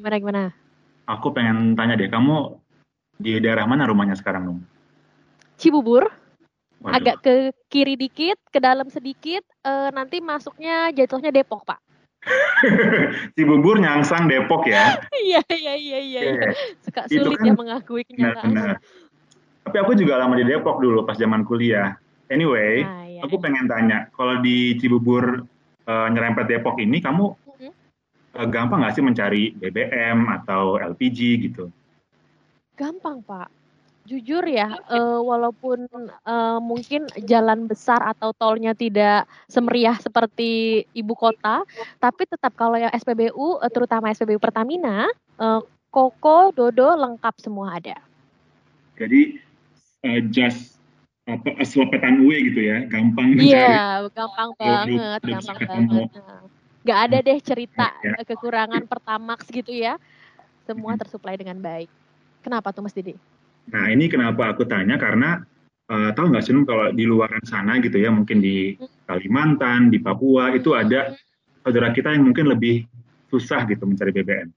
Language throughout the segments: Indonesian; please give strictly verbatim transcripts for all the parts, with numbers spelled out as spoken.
Gimana gimana? Aku pengen tanya deh, kamu di daerah mana rumahnya sekarang, Nung? Cibubur, Waduh, agak ke kiri dikit, ke dalam sedikit, eh, nanti masuknya jatuhnya Depok, Pak. Cibubur, Nyangsang, Depok ya. Iya, iya, iya, iya, iya. Oke, Suka itu sulit kan ya mengakui kenyataan. benar-benar. Tapi aku juga lama di Depok dulu pas zaman kuliah. Anyway, Nah, ya. aku pengen tanya, kalau di Cibubur eh, nyerempet Depok ini, kamu Mm-mm. eh, gampang nggak sih mencari B B M atau L P G gitu? Gampang, Pak. Jujur ya, eh, walaupun eh, mungkin jalan besar atau tolnya tidak semeriah seperti ibu kota, tapi tetap kalau yang S P B U, eh, terutama S P B U Pertamina, eh, Koko, Dodo, lengkap semua ada. Jadi eh, just apa selopetan U E gitu ya, gampang Iya, mencari gampang kalau udah, banget, udah bisa gampang ketemu. banget. Nah, nggak ada deh cerita Ya. eh, kekurangan Pertamax gitu ya. Semua tersuplai dengan baik. Kenapa tuh Mas Didi? Nah, ini kenapa aku tanya karena eh, tahu nggak sih Num, kalau di luar sana gitu ya, mungkin di Kalimantan, di Papua itu ada saudara kita yang mungkin lebih susah gitu mencari B B M.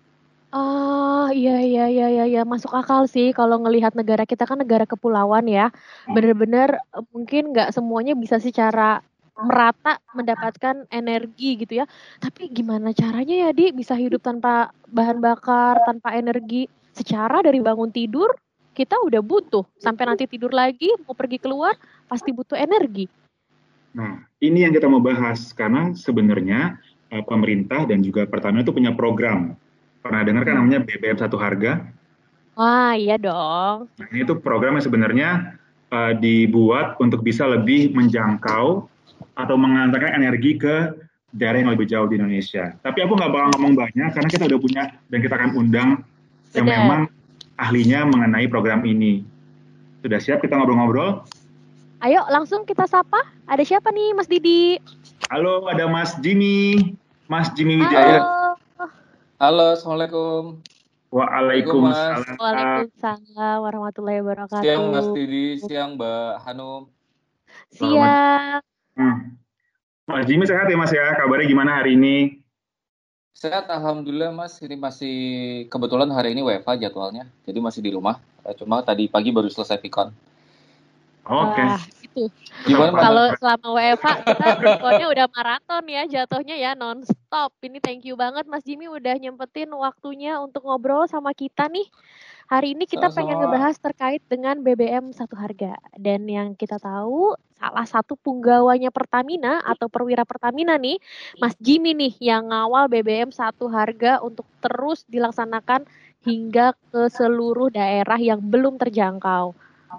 Oh, iya, iya, iya, iya, iya. Masuk akal sih kalau ngelihat negara kita kan negara kepulauan ya. Bener-bener eh, mungkin nggak semuanya bisa secara merata mendapatkan energi gitu ya. Tapi gimana caranya ya, Di, bisa hidup tanpa bahan bakar, tanpa energi? Secara dari bangun tidur, kita udah butuh. Sampai nanti tidur lagi, mau pergi keluar, pasti butuh energi. Nah, ini yang kita mau bahas karena sebenarnya eh, pemerintah dan juga Pertamina itu punya program. Pernah dengar kan Hmm. namanya B B M satu harga? Wah, iya dong. Nah, ini tuh program yang sebenarnya eh, dibuat untuk bisa lebih menjangkau atau mengantarkan energi ke daerah yang lebih jauh di Indonesia. Tapi aku nggak bakal ngomong banyak karena kita udah punya dan kita akan undang yang Bener. memang ahlinya mengenai program ini. Sudah siap kita ngobrol-ngobrol? Ayo langsung kita sapa. Ada siapa nih Mas Didi? Halo, ada Mas Jimmy. Mas Jimmy Wijaya. Halo, Halo. halo, assalamualaikum. Assalamualaikum Mas. Waalaikumsalam. Waalaikumsalam warahmatullahi Siang Mas wabarakatuh. Didi, siang Mbak Hanum. Selamat. Siang. Hmm. Mas Jimmy sehat ya Mas ya? Kabarnya gimana hari ini? Sehat, alhamdulillah Mas. Ini masih kebetulan hari ini W F H jadwalnya, jadi masih di rumah. Eh, Cuma tadi pagi baru selesai pikon. Oke. Wah, itu. Gimana Mas? Kalau selama W F H kita pikonnya udah maraton ya jatuhnya ya non-stop. Ini thank you banget Mas Jimmy udah nyempetin waktunya untuk ngobrol sama kita nih. Hari ini kita pengen Sama-sama. ngebahas terkait dengan B B M satu harga. Dan yang kita tahu salah satu punggawanya Pertamina atau perwira Pertamina nih, Mas Jimmy nih yang ngawal B B M satu harga untuk terus dilaksanakan hingga ke seluruh daerah yang belum terjangkau.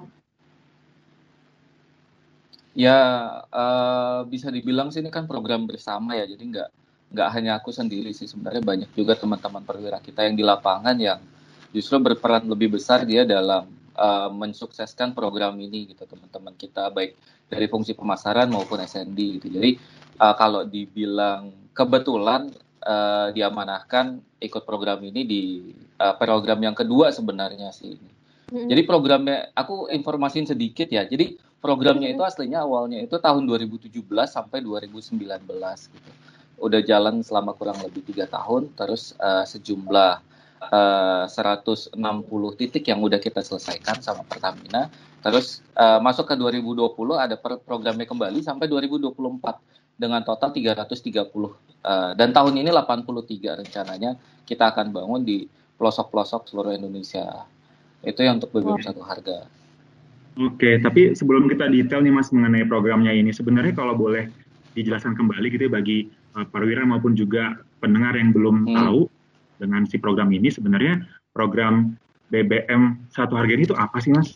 Ya, eh, bisa dibilang sih ini kan program bersama ya, jadi nggak nggak hanya aku sendiri sih, sebenarnya banyak juga teman-teman perwira kita yang di lapangan yang justru berperan lebih besar dia dalam eh, mensukseskan program ini gitu, teman-teman kita baik dari fungsi pemasaran maupun S N D gitu. Jadi eh, kalau dibilang kebetulan eh, diamanahkan ikut program ini di eh, program yang kedua sebenarnya sih. Jadi programnya, aku informasiin sedikit ya. Jadi programnya itu aslinya awalnya itu tahun dua ribu tujuh belas sampai dua ribu sembilan belas gitu. Udah jalan selama kurang lebih tiga tahun, terus uh, sejumlah uh, seratus enam puluh titik yang udah kita selesaikan sama Pertamina. Terus uh, masuk ke dua ribu dua puluh ada programnya kembali sampai dua ribu dua puluh empat dengan total tiga ratus tiga puluh. Uh, dan tahun ini delapan puluh tiga rencananya kita akan bangun di pelosok-pelosok seluruh Indonesia. Itu yang untuk B B M satu harga. Oke, tapi sebelum kita detail nih Mas mengenai programnya ini, sebenarnya kalau boleh dijelaskan kembali gitu ya bagi uh, perwira maupun juga pendengar yang belum Hmm. tahu dengan si program ini, sebenarnya program B B M satu harga ini itu apa sih Mas?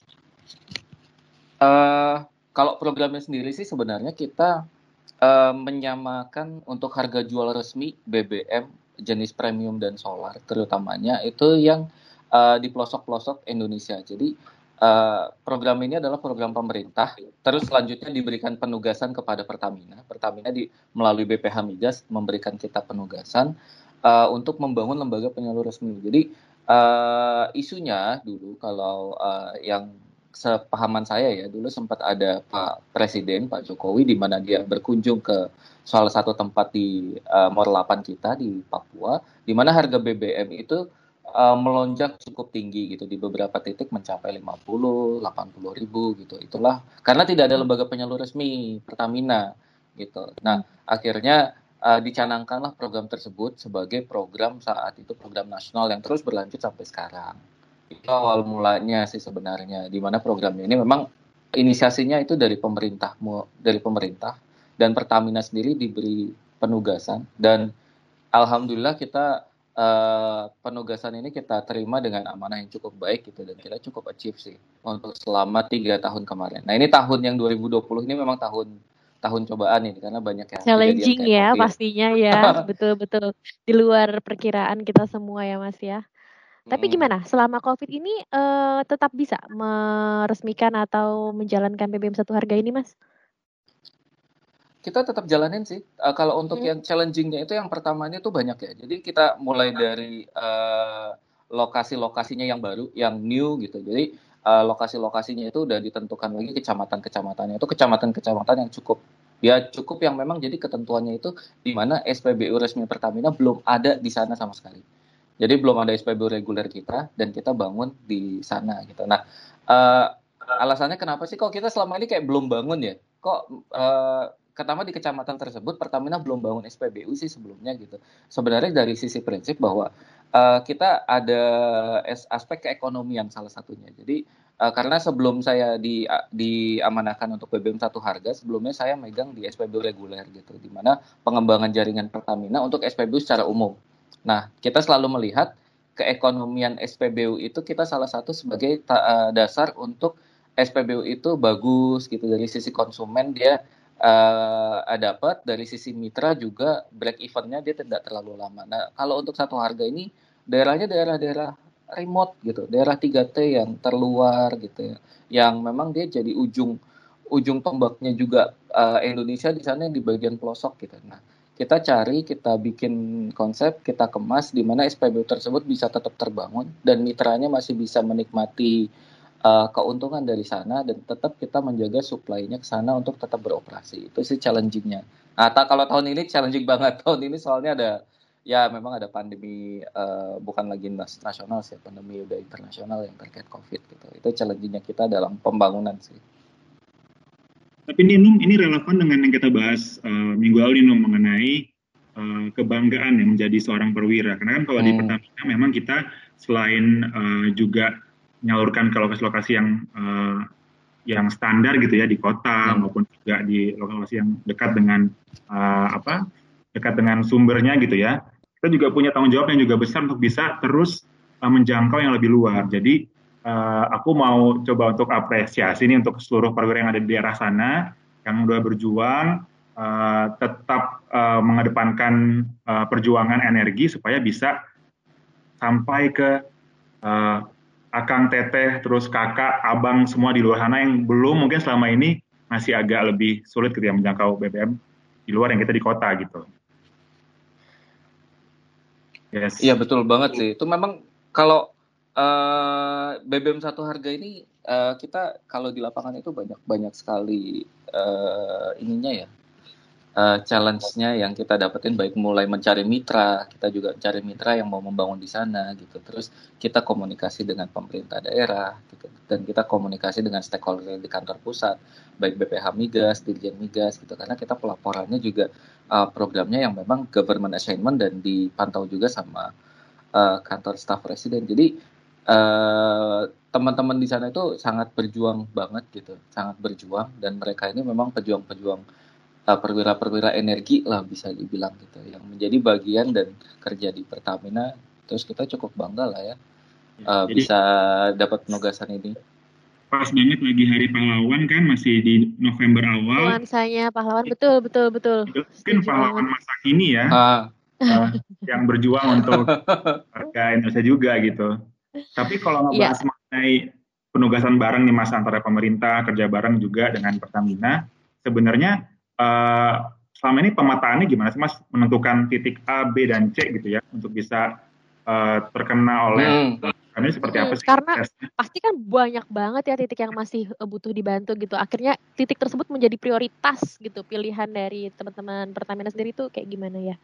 Uh, kalau programnya sendiri sih sebenarnya kita uh, menyamakan untuk harga jual resmi B B M jenis premium dan solar, terutamanya itu yang uh, di pelosok-pelosok Indonesia. Jadi uh, program ini adalah program pemerintah. Terus selanjutnya diberikan penugasan kepada Pertamina. Pertamina di melalui B P H Migas memberikan kita penugasan uh, untuk membangun lembaga penyalur resmi. Jadi uh, isunya dulu kalau uh, yang sepahaman saya ya, dulu sempat ada Pak Presiden, Pak Jokowi, di mana dia berkunjung ke salah satu tempat di uh, Morlapan kita di Papua, di mana harga B B M itu uh, melonjak cukup tinggi gitu, di beberapa titik mencapai lima puluh, delapan puluh ribu gitu. Itulah karena tidak ada lembaga penyalur resmi Pertamina gitu. Nah, akhirnya uh, dicanangkanlah program tersebut sebagai program saat itu program nasional yang terus berlanjut sampai sekarang. Itu awal mulanya sih sebenarnya, di mana programnya ini memang inisiasinya itu dari pemerintah, dari pemerintah dan Pertamina sendiri diberi penugasan, dan alhamdulillah kita uh, penugasan ini kita terima dengan amanah yang cukup baik gitu, dan kita cukup achieve sih untuk selama tiga tahun kemarin. Nah, ini tahun yang dua ribu dua puluh ini memang tahun tahun cobaan ini karena banyak yang challenging ya COVID. Pastinya ya, betul-betul di luar perkiraan kita semua ya Mas ya. Tapi gimana, selama COVID ini uh, tetap bisa meresmikan atau menjalankan B B M satu harga ini, Mas? Kita tetap jalanin sih. Uh, kalau untuk hmm. yang challengingnya itu yang pertamanya tuh banyak ya. Jadi kita mulai dari uh, lokasi-lokasinya yang baru, yang new gitu. Jadi uh, lokasi-lokasinya itu udah ditentukan lagi kecamatan-kecamatannya. Itu kecamatan-kecamatan yang cukup, ya cukup yang memang jadi ketentuannya itu di mana S P B U resmi Pertamina belum ada di sana sama sekali. Jadi belum ada S P B U reguler kita dan kita bangun di sana gitu. Nah, uh, alasannya kenapa sih kok kita selama ini kayak belum bangun ya? Kok uh, pertama di kecamatan tersebut Pertamina belum bangun S P B U sih sebelumnya gitu. Sebenarnya dari sisi prinsip bahwa uh, kita ada aspek keekonomian salah satunya. Jadi uh, karena sebelum saya di uh, diamanahkan untuk B B M satu harga, sebelumnya saya megang di S P B U reguler gitu, di mana pengembangan jaringan Pertamina untuk S P B U secara umum. Nah, kita selalu melihat keekonomian S P B U itu kita salah satu sebagai ta- dasar untuk S P B U itu bagus gitu, dari sisi konsumen dia uh, dapat, dari sisi mitra juga break even-nya dia tidak terlalu lama. Nah, kalau untuk satu harga ini daerahnya daerah-daerah remote gitu, daerah tiga T yang terluar gitu ya, yang memang dia jadi ujung ujung tombaknya juga uh, Indonesia di sana di bagian pelosok gitu. Nah, kita cari, kita bikin konsep, kita kemas di mana S P B U tersebut bisa tetap terbangun dan mitranya masih bisa menikmati uh, keuntungan dari sana, dan tetap kita menjaga supply-nya ke sana untuk tetap beroperasi. Itu sih challenging-nya. Nah, kalau tahun ini challenging banget. Tahun ini soalnya ada, ya memang ada pandemi, uh, bukan lagi nasional sih, pandemi udah internasional yang terkait COVID gitu. Itu challenging-nya kita dalam pembangunan sih. Tapi ini Num, ini relevan dengan yang kita bahas uh, minggu lalu Num, mengenai uh, kebanggaan yang menjadi seorang perwira. Karena kan kalau hmm. di Pertamina memang kita selain uh, juga menyalurkan ke lokasi-lokasi yang uh, yang standar gitu ya di kota hmm. maupun juga di lokasi yang dekat dengan uh, apa dekat dengan sumbernya gitu ya. Kita juga punya tanggung jawab yang juga besar untuk bisa terus uh, menjangkau yang lebih luar. Jadi Uh, aku mau coba untuk apresiasi nih untuk seluruh perwira yang ada di daerah sana yang udah berjuang, uh, tetap uh, mengedepankan uh, perjuangan energi supaya bisa sampai ke uh, akang, teteh, terus kakak, abang semua di luar sana yang belum mungkin selama ini masih agak lebih sulit ketika menjangkau B B M di luar yang kita di kota gitu. Yes. Iya betul banget sih. Itu memang kalau Uh, B B M satu harga ini uh, kita kalau di lapangan itu banyak banyak sekali uh, ininya ya uh, challenge-nya yang kita dapetin, baik mulai mencari mitra, kita juga mencari mitra yang mau membangun di sana gitu, terus kita komunikasi dengan pemerintah daerah gitu, dan kita komunikasi dengan stakeholder di kantor pusat, baik B P H Migas, Dirjen Migas gitu, karena kita pelaporannya juga uh, programnya yang memang government assignment dan dipantau juga sama uh, kantor staf presiden. Jadi Uh, teman-teman di sana itu sangat berjuang banget gitu, sangat berjuang, dan mereka ini memang pejuang-pejuang uh, perwira-perwira energi lah bisa dibilang gitu, yang menjadi bagian dan kerja di Pertamina. Terus kita cukup bangga lah ya, uh, Jadi, bisa dapat penugasan ini. Pas banget lagi Hari Pahlawan kan, masih di November awal. Nuansanya pahlawan, betul betul betul. Itu mungkin pahlawan masa kini ya, uh. Uh, yang berjuang untuk warga Indonesia juga gitu. Tapi kalau ngebahas yeah. mengenai penugasan bareng nih Mas antara pemerintah, kerja bareng juga dengan Pertamina, sebenarnya uh, selama ini pemetaannya gimana sih Mas menentukan titik A, B, dan C gitu ya untuk bisa uh, terkena oleh hmm. Ini seperti Mm-mm, apa sih? karena Yes. pasti kan banyak banget ya titik yang masih eh, butuh dibantu gitu. Akhirnya titik tersebut menjadi prioritas gitu. Pilihan dari teman-teman Pertamina sendiri tuh kayak gimana ya?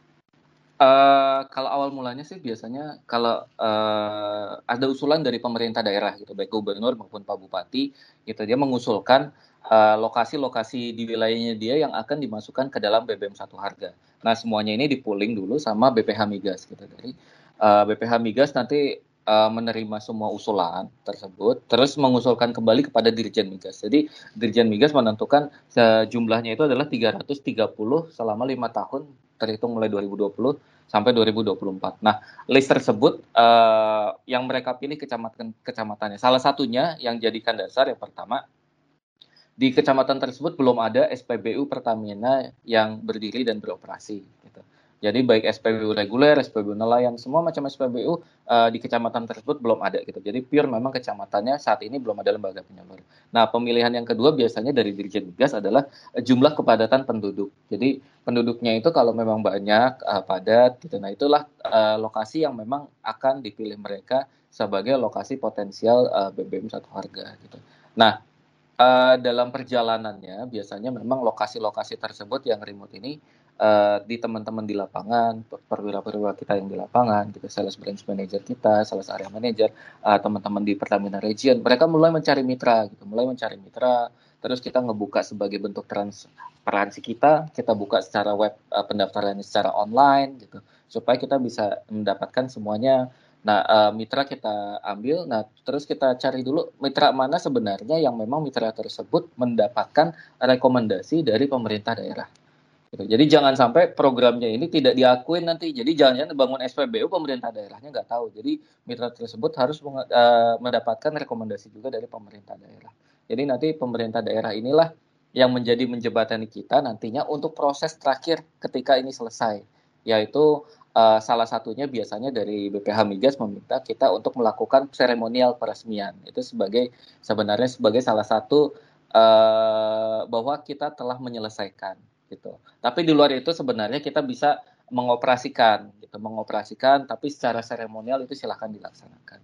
Eh, kalau awal mulanya sih biasanya kalau eh, ada usulan dari pemerintah daerah gitu, baik gubernur maupun Pak Bupati, gitu dia mengusulkan eh, lokasi-lokasi di wilayahnya dia yang akan dimasukkan ke dalam B B M satu harga. Nah semuanya ini dipooling dulu sama B P H Migas gitu. Jadi eh, B P H Migas nanti eh, menerima semua usulan tersebut, terus mengusulkan kembali kepada Dirjen Migas. Jadi Dirjen Migas menentukan sejumlahnya itu adalah tiga ratus tiga puluh selama lima tahun terhitung mulai dua ribu dua puluh sampai dua ribu dua puluh empat. Nah, list tersebut uh, yang mereka pilih kecamatan kecamatannya. Salah satunya yang jadikan dasar yang pertama, di kecamatan tersebut belum ada S P B U Pertamina yang berdiri dan beroperasi. Gitu. Jadi baik S P B U reguler, S P B U nelayan, semua macam S P B U uh, di kecamatan tersebut belum ada. Gitu. Jadi pure memang kecamatannya saat ini belum ada lembaga penyalur. Nah pemilihan yang kedua biasanya dari Dirjen Migas adalah uh, jumlah kepadatan penduduk. Jadi penduduknya itu kalau memang banyak, uh, padat, gitu. Nah itulah uh, lokasi yang memang akan dipilih mereka sebagai lokasi potensial uh, B B M satu harga. Gitu. Nah Uh, dalam perjalanannya biasanya memang lokasi-lokasi tersebut yang remote ini uh, di teman-teman di lapangan, perwira-perwira kita yang di lapangan, gitu, sales branch manager kita, sales area manager, uh, teman-teman di Pertamina Region, mereka mulai mencari mitra, gitu, mulai mencari mitra, terus kita ngebuka sebagai bentuk transparansi kita, kita buka secara web uh, pendaftarannya secara online, gitu, supaya kita bisa mendapatkan semuanya. Nah, uh, mitra kita ambil, nah terus kita cari dulu mitra mana sebenarnya yang memang mitra tersebut mendapatkan rekomendasi dari pemerintah daerah. Gitu. Jadi jangan sampai programnya ini tidak diakuin nanti. Jadi jangan-jangan bangun S P B U pemerintah daerahnya nggak tahu. Jadi mitra tersebut harus uh, mendapatkan rekomendasi juga dari pemerintah daerah. Jadi nanti pemerintah daerah inilah yang menjadi menjembatani kita nantinya untuk proses terakhir ketika ini selesai, yaitu Uh, salah satunya biasanya dari B P H Migas meminta kita untuk melakukan seremonial peresmian. Itu sebagai sebenarnya sebagai salah satu uh, bahwa kita telah menyelesaikan gitu. Tapi di luar itu sebenarnya kita bisa mengoperasikan gitu, mengoperasikan tapi secara seremonial itu silahkan dilaksanakan.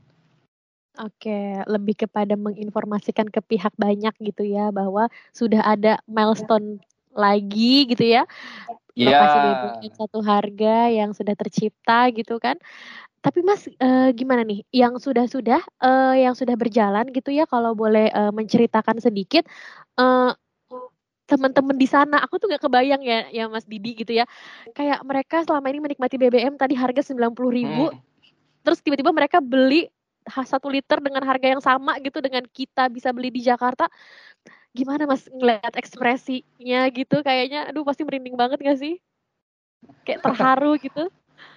Oke, lebih kepada menginformasikan ke pihak banyak gitu ya bahwa sudah ada milestone lagi gitu ya. Lokasi Iya. B B M satu harga yang sudah tercipta gitu kan. Tapi Mas uh, gimana nih yang sudah-sudah uh, yang sudah berjalan gitu ya kalau boleh uh, menceritakan sedikit uh, teman-teman di sana, aku tuh gak kebayang ya ya Mas Didi gitu ya. Kayak mereka selama ini menikmati B B M tadi harga sembilan puluh ribu, hmm. terus tiba-tiba mereka beli satu liter dengan harga yang sama gitu dengan kita bisa beli di Jakarta. Gimana Mas ngeliat ekspresinya gitu, kayaknya aduh pasti merinding banget gak sih? Kayak terharu gitu.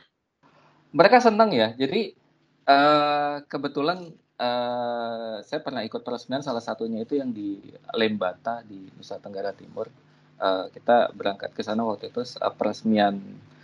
Mereka senang ya, jadi uh, kebetulan uh, saya pernah ikut peresmian salah satunya itu yang di Lembata di Nusa Tenggara Timur. Uh, kita berangkat ke sana waktu itu uh, peresmian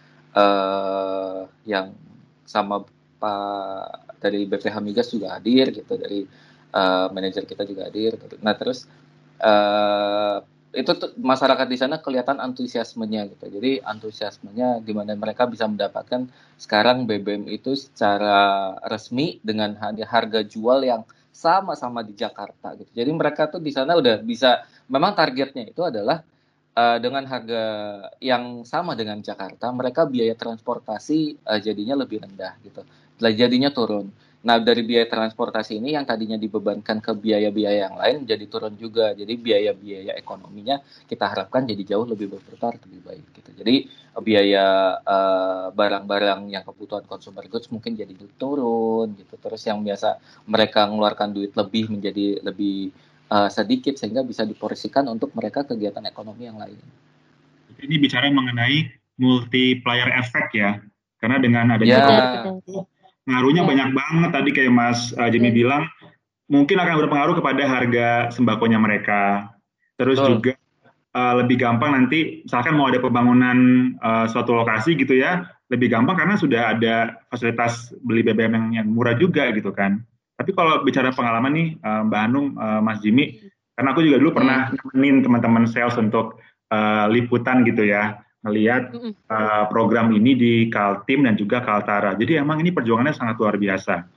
uh, yang sama Pak dari B P H Migas juga hadir gitu, dari uh, manajer kita juga hadir. Nah terus uh, itu tuh masyarakat di sana kelihatan antusiasmenya gitu. Jadi antusiasmenya di mana mereka bisa mendapatkan sekarang B B M itu secara resmi dengan harga jual yang sama-sama di Jakarta gitu. Jadi mereka tuh di sana udah bisa, memang targetnya itu adalah uh, dengan harga yang sama dengan Jakarta, mereka biaya transportasi uh, jadinya lebih rendah gitu. Jadinya turun. Nah, dari biaya transportasi ini yang tadinya dibebankan ke biaya-biaya yang lain jadi turun juga. Jadi biaya-biaya ekonominya kita harapkan jadi jauh lebih berputar, lebih baik gitu. Jadi biaya uh, barang-barang yang kebutuhan consumer goods mungkin jadi turun gitu. Terus yang biasa mereka mengeluarkan duit lebih menjadi lebih uh, sedikit sehingga bisa diporsikan untuk mereka kegiatan ekonomi yang lain. Ini bicara mengenai multiplier effect ya. Karena dengan adanya ya. program ngaruhnya ya. Banyak banget tadi kayak Mas uh, Jimmy ya. bilang, mungkin akan berpengaruh kepada harga sembakonya mereka. Terus Betul. juga uh, lebih gampang nanti, misalkan mau ada pembangunan uh, suatu lokasi gitu ya, lebih gampang karena sudah ada fasilitas beli B B M yang, yang murah juga gitu kan. Tapi kalau bicara pengalaman nih, uh, Mbak Hanum, uh, Mas Jimmy, karena aku juga dulu pernah nemenin teman-teman sales untuk uh, liputan gitu ya, melihat uh, program ini di Kaltim dan juga Kaltara. Jadi emang ini perjuangannya sangat luar biasa.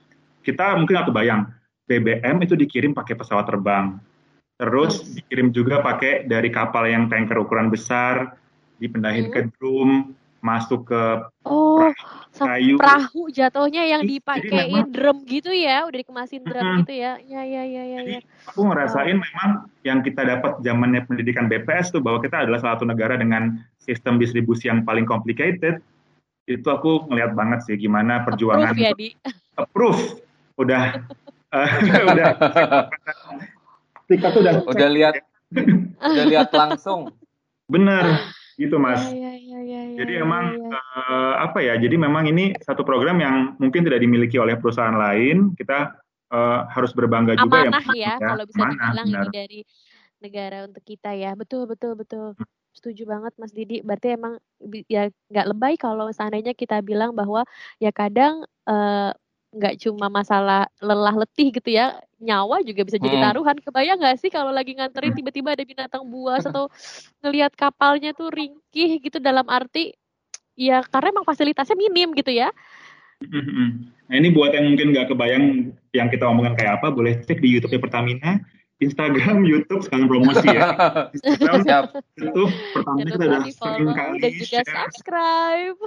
kita mungkin nggak kebayang, B B M itu dikirim pakai pesawat terbang. Terus Yes. dikirim juga pakai dari kapal yang tanker ukuran besar, dipindahin Hmm. ke drum, masuk ke Oh, sampai kayu. perahu jatuhnya yang Jadi dipakein memang drum gitu ya, udah dikemasin drum mm, gitu ya. Ya ya ya ya jadi ya. aku ngerasain Wow. memang yang kita dapat zamannya pendidikan B P S tuh bahwa kita adalah salah satu negara dengan sistem distribusi yang paling complicated. Itu aku ngelihat banget sih gimana Approve perjuangan ya, Di. approve udah eh, udah kita tuh udah cek Udah lihat, udah lihat langsung. bener gitu Ya Mas. ya ya ya ya Jadi ya emang ya ya. eh, apa ya? Jadi memang ini satu program yang mungkin tidak dimiliki oleh perusahaan lain. Kita eh, harus berbangga juga ya, Amanah Mas, ya, ya. kalau bisa Mana dibilang benar. ini dari negara untuk kita ya. Betul betul betul. Setuju banget Mas Didi. Berarti emang bi- ya nggak lebay kalau seandainya kita bilang bahwa ya kadang eh, nggak cuma masalah lelah letih gitu ya, nyawa juga bisa jadi Mm-mm. taruhan. Kebayang nggak sih kalau lagi nganterin tiba-tiba ada binatang buas atau ngelihat kapalnya tuh ringkih gitu, dalam arti ya karena emang fasilitasnya minim gitu ya. Nah ini buat yang mungkin nggak kebayang yang kita omongin kayak apa, boleh cek di YouTube-nya Pertamina, Instagram, YouTube, sekalian promosi ya. Instagram, Siap. YouTube, Pertamina Jangan kita lupa udah di sering follow kali dan juga share. subscribe.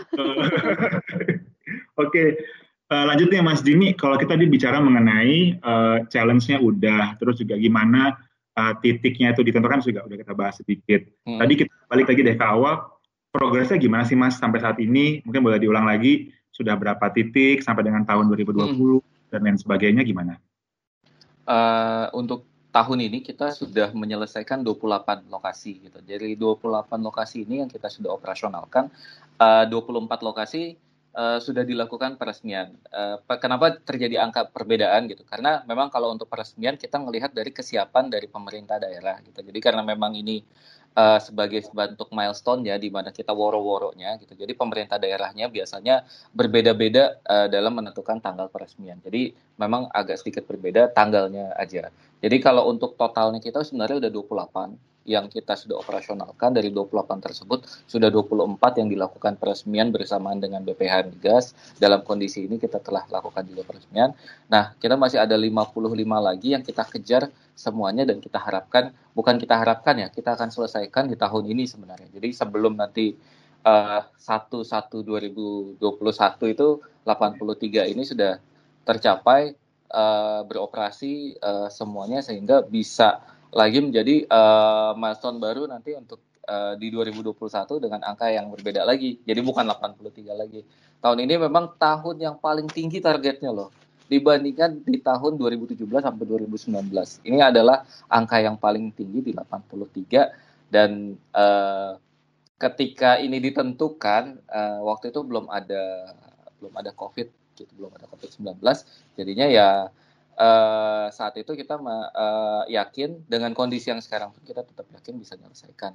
Oke, eh, lanjut nih Mas Dini. Kalau kita bicara mengenai eh, challenge-nya udah, terus juga gimana eh, titiknya itu ditentukan juga udah kita bahas sedikit. Tadi Mm-mm. kita balik lagi deh ke awal, progresnya gimana sih Mas sampai saat ini? Mungkin boleh diulang lagi, sudah berapa titik sampai dengan tahun dua ribu dua Mm-mm. puluh dan lain sebagainya gimana? Eh, untuk tahun ini kita sudah menyelesaikan dua puluh delapan lokasi gitu. Dari dua puluh delapan lokasi ini yang kita sudah operasionalkan, eh, dua puluh empat lokasi eh, sudah dilakukan peresmian. Eh, pe- kenapa terjadi angka perbedaan gitu? Karena memang kalau untuk peresmian kita melihat dari kesiapan dari pemerintah daerah gitu. Jadi karena memang ini eh, sebagai bentuk milestone ya, di mana kita woro-woronya gitu. Jadi pemerintah daerahnya biasanya berbeda-beda eh, dalam menentukan tanggal peresmian. Jadi memang agak sedikit berbeda tanggalnya aja. Jadi kalau untuk totalnya kita sebenarnya udah dua puluh delapan yang kita sudah operasionalkan. Dari dua puluh delapan tersebut sudah dua puluh empat yang dilakukan peresmian bersamaan dengan B P H Migas. Dalam kondisi ini kita telah lakukan juga peresmian. Nah, kita masih ada lima puluh lima lagi yang kita kejar semuanya, dan kita harapkan, bukan kita harapkan ya, kita akan selesaikan di tahun ini sebenarnya. Jadi sebelum nanti uh, satu satu dua ribu dua puluh satu itu delapan puluh tiga ini sudah tercapai, uh, beroperasi uh, semuanya, sehingga bisa lagi menjadi uh, milestone baru nanti untuk uh, di dua ribu dua puluh satu dengan angka yang berbeda lagi. Jadi bukan delapan puluh tiga lagi. Tahun ini memang tahun yang paling tinggi targetnya loh, dibandingkan di tahun dua ribu tujuh belas sampai dua ribu sembilan belas. Ini adalah angka yang paling tinggi di delapan puluh tiga, dan uh, ketika ini ditentukan uh, waktu itu belum ada belum ada COVID gitu, belum ada covid sembilan belas. Jadinya ya uh, saat itu kita uh, yakin dengan kondisi yang sekarang pun kita tetap yakin bisa menyelesaikan.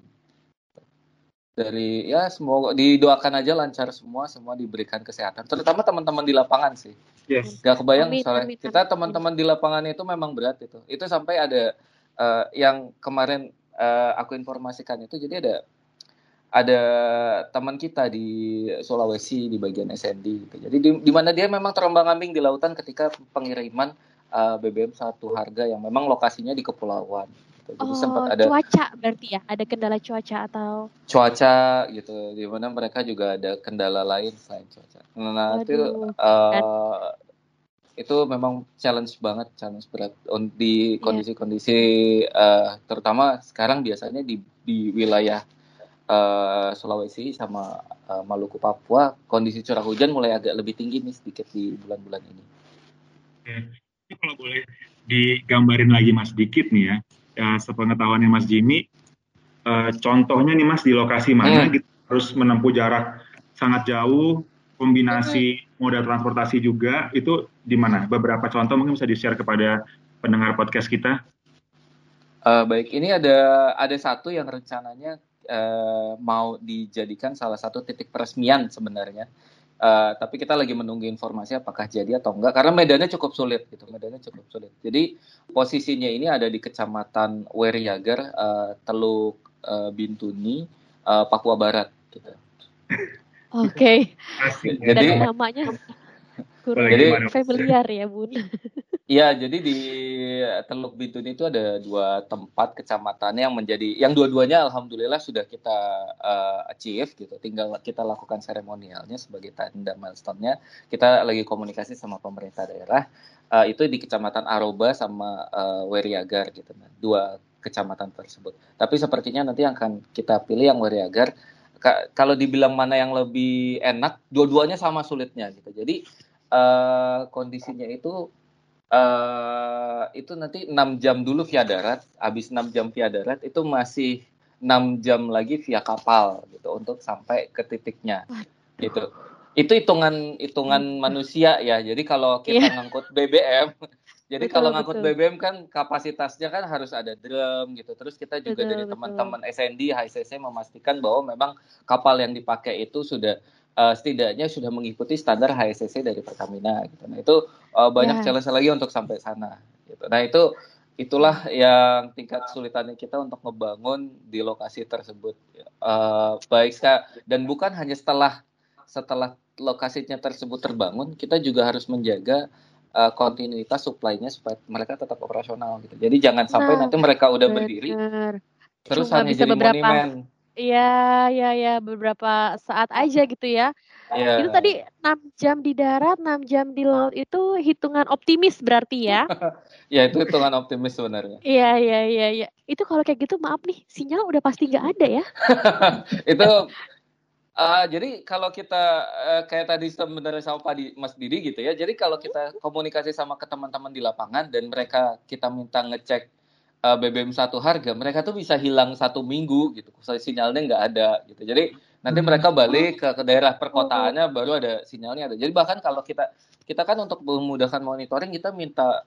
Dari ya semoga didoakan aja lancar semua, semua diberikan kesehatan, terutama teman-teman di lapangan sih. Yes. Gak kebayang Amin, soalnya amin, kita amin. teman-teman di lapangan itu memang berat itu. Itu sampai ada uh, yang kemarin uh, aku informasikan itu, jadi ada ada teman kita di Sulawesi di bagian S N D gitu. Jadi di, di mana dia memang terombang-ambing di lautan ketika pengiriman uh, B B M satu harga yang memang lokasinya di kepulauan. Gitu. Jadi Oh, sempat ada cuaca berarti ya? Ada kendala cuaca atau? cuaca gitu, di mana mereka juga ada kendala lain selain cuaca. Nah, itu Waduh. uh, itu memang challenge banget, challenge berat di kondisi-kondisi uh, terutama sekarang biasanya di di wilayah uh, Sulawesi sama uh, Maluku Papua, kondisi curah hujan mulai agak lebih tinggi nih sedikit di bulan-bulan ini. Oke. Ini kalau boleh digambarin lagi Mas dikit nih ya, ya sepengetahuannya Mas Jimmy, uh, contohnya nih Mas di lokasi mana Hmm. gitu, harus menempuh jarak sangat jauh, kombinasi moda transportasi juga, itu di mana? Beberapa contoh mungkin bisa di-share kepada pendengar podcast kita. Uh, baik, ini ada ada satu yang rencananya uh, mau dijadikan salah satu titik peresmian sebenarnya. Uh, tapi kita lagi menunggu informasi apakah jadi atau enggak, karena medannya cukup sulit gitu, medannya cukup sulit. Jadi posisinya ini ada di Kecamatan Weriager, uh, Teluk uh, Bintuni, uh, Papua Barat gitu. Oke. Asik. Jadi Dan namanya Kurang Jadi familiar ya Bun. Iya, jadi di Teluk Bintun itu ada dua tempat kecamatan yang menjadi, yang dua-duanya alhamdulillah sudah kita uh, achieve gitu. Tinggal kita lakukan seremonialnya sebagai tanda milestone-nya. Kita lagi komunikasi sama pemerintah daerah. Uh, itu di Kecamatan Aroba sama uh, Weriagar gitu. Dua kecamatan tersebut. Tapi sepertinya nanti akan kita pilih yang Weriagar. Ka- kalau dibilang mana yang lebih enak, dua-duanya sama sulitnya gitu. Jadi uh, kondisinya itu Uh, itu nanti enam jam dulu via darat, habis enam jam via darat itu masih enam jam lagi via kapal gitu untuk sampai ke titiknya. Gitu. Itu hitungan hitungan manusia ya. Jadi kalau kita Iya. ngangkut B B M, jadi Betul, kalau ngangkut betul. B B M kan kapasitasnya kan harus ada drum gitu. Terus kita juga Betul, dari betul. teman-teman S N D, H C C memastikan bahwa memang kapal yang dipakai itu sudah uh, setidaknya sudah mengikuti standar H C C dari Pertamina gitu. Nah, itu uh, banyak Yes. challenge lagi untuk sampai sana gitu. Nah, itu itulah yang tingkat kesulitannya kita untuk ngebangun di lokasi tersebut. Uh, baik dan bukan hanya setelah setelah lokasinya tersebut terbangun, kita juga harus menjaga uh, kontinuitas supply-nya supaya mereka tetap operasional gitu. Jadi jangan sampai Nah, nanti mereka udah bener. berdiri terus Cuma hanya bisa jadi beberapa, monumen. Iya, ya, ya, beberapa saat aja gitu ya. Yeah. Itu tadi enam jam di darat, enam jam di laut itu hitungan optimis berarti ya? Ya, itu hitungan optimis sebenarnya. Iya, iya, iya, iya. Itu kalau kayak gitu maaf nih, sinyal udah pasti nggak ada ya? Itu Uh, jadi kalau kita uh, kayak tadi sebenarnya sama Pak Di, Mas Didi gitu ya. Jadi kalau kita komunikasi sama ke teman-teman di lapangan dan mereka kita minta ngecek uh, B B M satu harga, mereka tuh bisa hilang satu minggu gitu. Sinyalnya nggak ada gitu. Jadi nanti mereka balik ke, ke daerah perkotaannya baru ada sinyalnya ada. Jadi bahkan kalau kita kita kan untuk memudahkan monitoring kita minta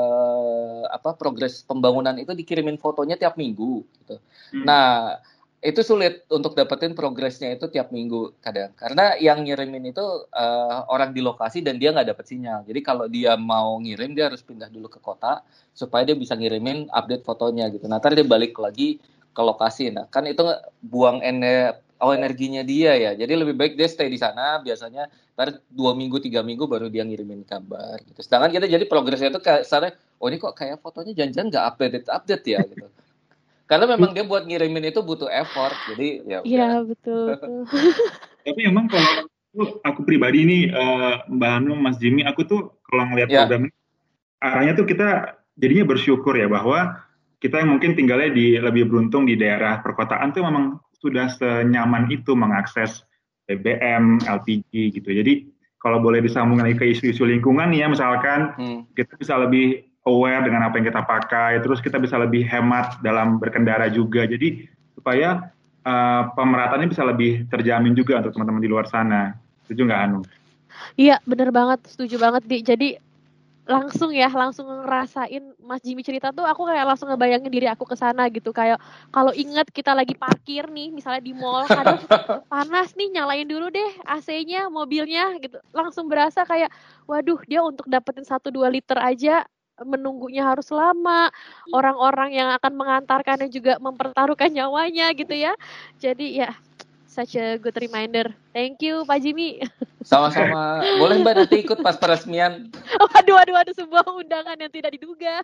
uh, apa progres pembangunan itu dikirimin fotonya tiap minggu gitu. Hmm. Nah, itu sulit untuk dapetin progresnya itu tiap minggu kadang karena yang ngirimin itu uh, orang di lokasi dan dia nggak dapet sinyal. Jadi kalau dia mau ngirim dia harus pindah dulu ke kota supaya dia bisa ngirimin update fotonya gitu. Nah, ntar dia balik lagi ke lokasi. Nah, kan itu buang ener- oh, energinya dia ya. Jadi lebih baik dia stay di sana biasanya ntar dua minggu tiga minggu baru dia ngirimin kabar gitu. Sedangkan kita jadi progresnya itu kayak sana, oh ini kok kayak fotonya jangan-jangan nggak update update ya gitu. Karena memang dia buat ngirimin itu butuh effort, jadi ya udah. Iya, betul. Tapi emang kalau aku pribadi nih, uh, Mbak Hanum, Mas Jimmy, aku tuh kalau ngeliat ya. program ini, arahnya tuh kita jadinya bersyukur ya bahwa kita yang mungkin tinggalnya di lebih beruntung di daerah perkotaan tuh memang sudah senyaman itu mengakses B B M, L P G gitu. Jadi kalau boleh disambungkan lagi ke isu-isu lingkungan nih ya, misalkan hmm. kita bisa lebih aware dengan apa yang kita pakai, terus kita bisa lebih hemat dalam berkendara juga. Jadi supaya uh, pemerataannya bisa lebih terjamin juga untuk teman-teman di luar sana. Setuju nggak, Hanum? Iya, bener banget, setuju banget, Di. Jadi langsung ya, langsung ngerasain Mas Jimmy cerita tuh aku kayak langsung ngebayangin diri aku ke sana gitu. Kayak kalau inget kita lagi parkir nih, misalnya di mall, kadang panas nih, nyalain dulu deh A C-nya, mobilnya gitu. Langsung berasa kayak, waduh, dia untuk dapetin satu dua liter aja menunggunya harus lama, orang-orang yang akan mengantarkannya juga mempertaruhkan nyawanya gitu ya. Jadi ya, such a good reminder. Thank you Pak Jimmy. Sama-sama. Boleh Mbak nanti ikut pas peresmian. Waduh, waduh, waduh, sebuah undangan yang tidak diduga.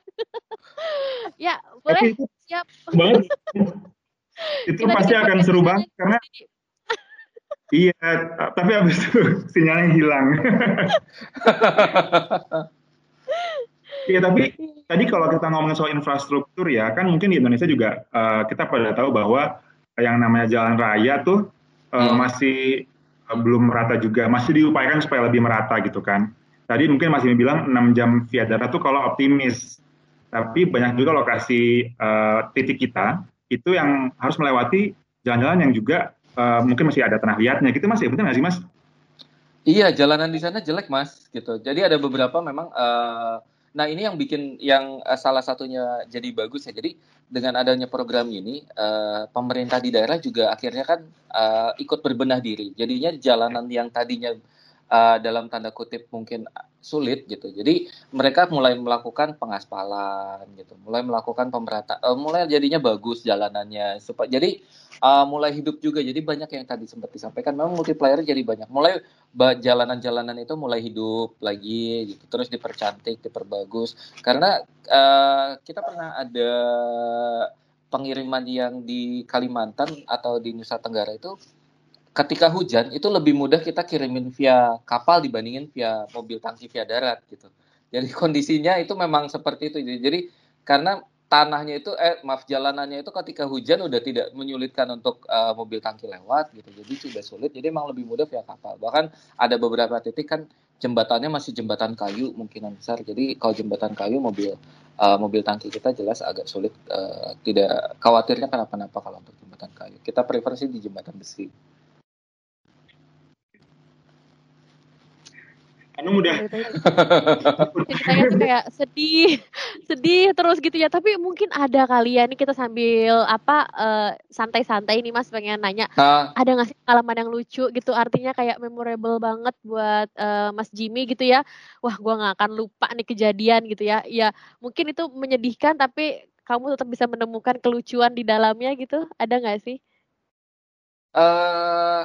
Ya, boleh. Itu, siap. Banget. Itu kita pasti akan seru banget karena iya, tapi habis itu sinyalnya hilang. Iya, tapi tadi kalau kita ngomongin soal infrastruktur ya, kan mungkin di Indonesia juga uh, kita pada tahu bahwa yang namanya jalan raya tuh uh, hmm. masih uh, belum merata juga, masih diupayakan supaya lebih merata gitu kan. Tadi mungkin masih bilang enam jam via darat tuh kalau optimis, tapi banyak juga lokasi uh, titik kita itu yang harus melewati jalan-jalan yang juga uh, mungkin masih ada tanah liatnya gitu, Mas. Ya benar nggak sih, Mas? Iya, jalanan di sana jelek, Mas, gitu. Jadi ada beberapa memang uh, nah ini yang bikin yang uh, salah satunya jadi bagus ya. Jadi dengan adanya program ini uh, pemerintah di daerah juga akhirnya kan uh, ikut berbenah diri. Jadinya jalanan yang tadinya uh, dalam tanda kutip mungkin sulit gitu. Jadi mereka mulai melakukan pengaspalan gitu, mulai melakukan pemerata, uh, mulai jadinya bagus jalanannya. Supaya jadi uh, mulai hidup juga. Jadi banyak yang tadi sempat disampaikan, memang multiplier jadi banyak. Mulai ba- jalanan-jalanan itu mulai hidup lagi gitu, terus dipercantik, diperbagus. Karena uh, kita pernah ada pengiriman yang di Kalimantan atau di Nusa Tenggara itu ketika hujan itu lebih mudah kita kirimin via kapal dibandingin via mobil tangki via darat gitu. Jadi kondisinya itu memang seperti itu. Jadi karena tanahnya itu eh maaf jalanannya itu ketika hujan udah tidak menyulitkan untuk uh, mobil tangki lewat gitu. Jadi sudah sulit. Jadi memang lebih mudah via kapal. Bahkan ada beberapa titik kan jembatannya masih jembatan kayu mungkinan besar. Jadi kalau jembatan kayu mobil uh, mobil tangki kita jelas agak sulit, uh, tidak khawatirnya kenapa-napa kalau untuk jembatan kayu. Kita prefer sih di jembatan besi. Anu udah ceritanya tuh kayak sedih, sedih terus gitu ya. Tapi mungkin ada kali ya, nih kita sambil apa uh, santai-santai nih Mas pengen nanya, Nah, ada nggak sih pengalaman yang lucu gitu? Artinya kayak memorable banget buat uh, Mas Jimmy gitu ya. Wah, gua nggak akan lupa nih kejadian gitu ya. Ya mungkin itu menyedihkan tapi kamu tetap bisa menemukan kelucuan di dalamnya gitu. Ada nggak sih? uh,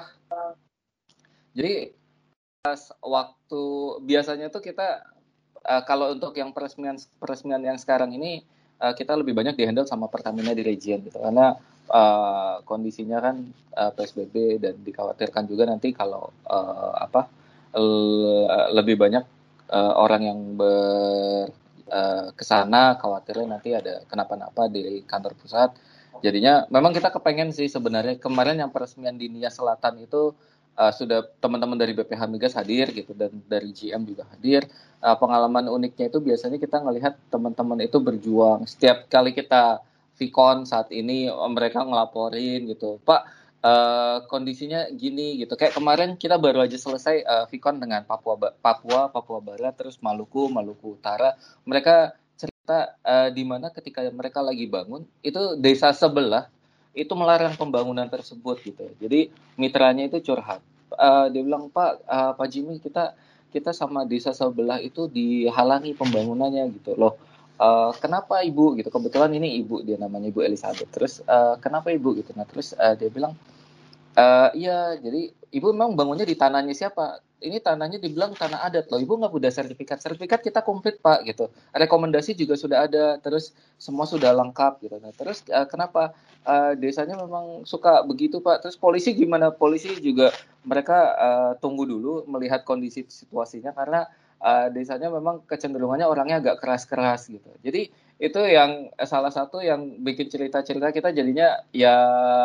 jadi waktu biasanya tuh kita uh, kalau untuk yang peresmian peresmian yang sekarang ini uh, kita lebih banyak dihandle sama Pertamina di region gitu karena uh, kondisinya kan uh, P S B B dan dikhawatirkan juga nanti kalau uh, apa l- lebih banyak uh, orang yang ber uh, kesana khawatirnya nanti ada kenapa-napa di kantor pusat. Jadinya memang kita kepengen sih sebenarnya kemarin yang peresmian di Nia Selatan itu uh, sudah teman-teman dari B P H Migas hadir gitu dan dari G M juga hadir. Uh, pengalaman uniknya itu biasanya kita ngelihat teman-teman itu berjuang setiap kali kita Vicon saat ini mereka ngelaporin gitu, Pak uh, kondisinya gini gitu. Kayak kemarin kita baru aja selesai uh, Vicon dengan Papua Papua Papua Barat terus Maluku Maluku Utara. Mereka cerita uh, di mana ketika mereka lagi bangun itu desa sebelah itu melarang pembangunan tersebut gitu. Jadi mitranya itu curhat. Uh, dia bilang Pak, uh, Pak Jimmy kita kita sama desa sebelah itu dihalangi pembangunannya gitu loh. Uh, kenapa ibu gitu? Kebetulan ini ibu dia namanya Ibu Elizabeth. Terus uh, kenapa ibu gitu? Nah terus uh, dia bilang Uh, iya, jadi ibu memang bangunnya di tanahnya siapa? Ini tanahnya dibilang tanah adat loh. Ibu nggak udah sertifikat. Sertifikat kita komplit pak, gitu. Rekomendasi juga sudah ada. Terus semua sudah lengkap, gitu. Nah, terus uh, kenapa uh, desanya memang suka begitu pak? Terus polisi gimana? Polisi juga mereka uh, tunggu dulu melihat kondisi situasinya karena uh, desanya memang kecenderungannya orangnya agak keras-keras, gitu. Jadi itu yang eh, salah satu yang bikin cerita-cerita kita jadinya ya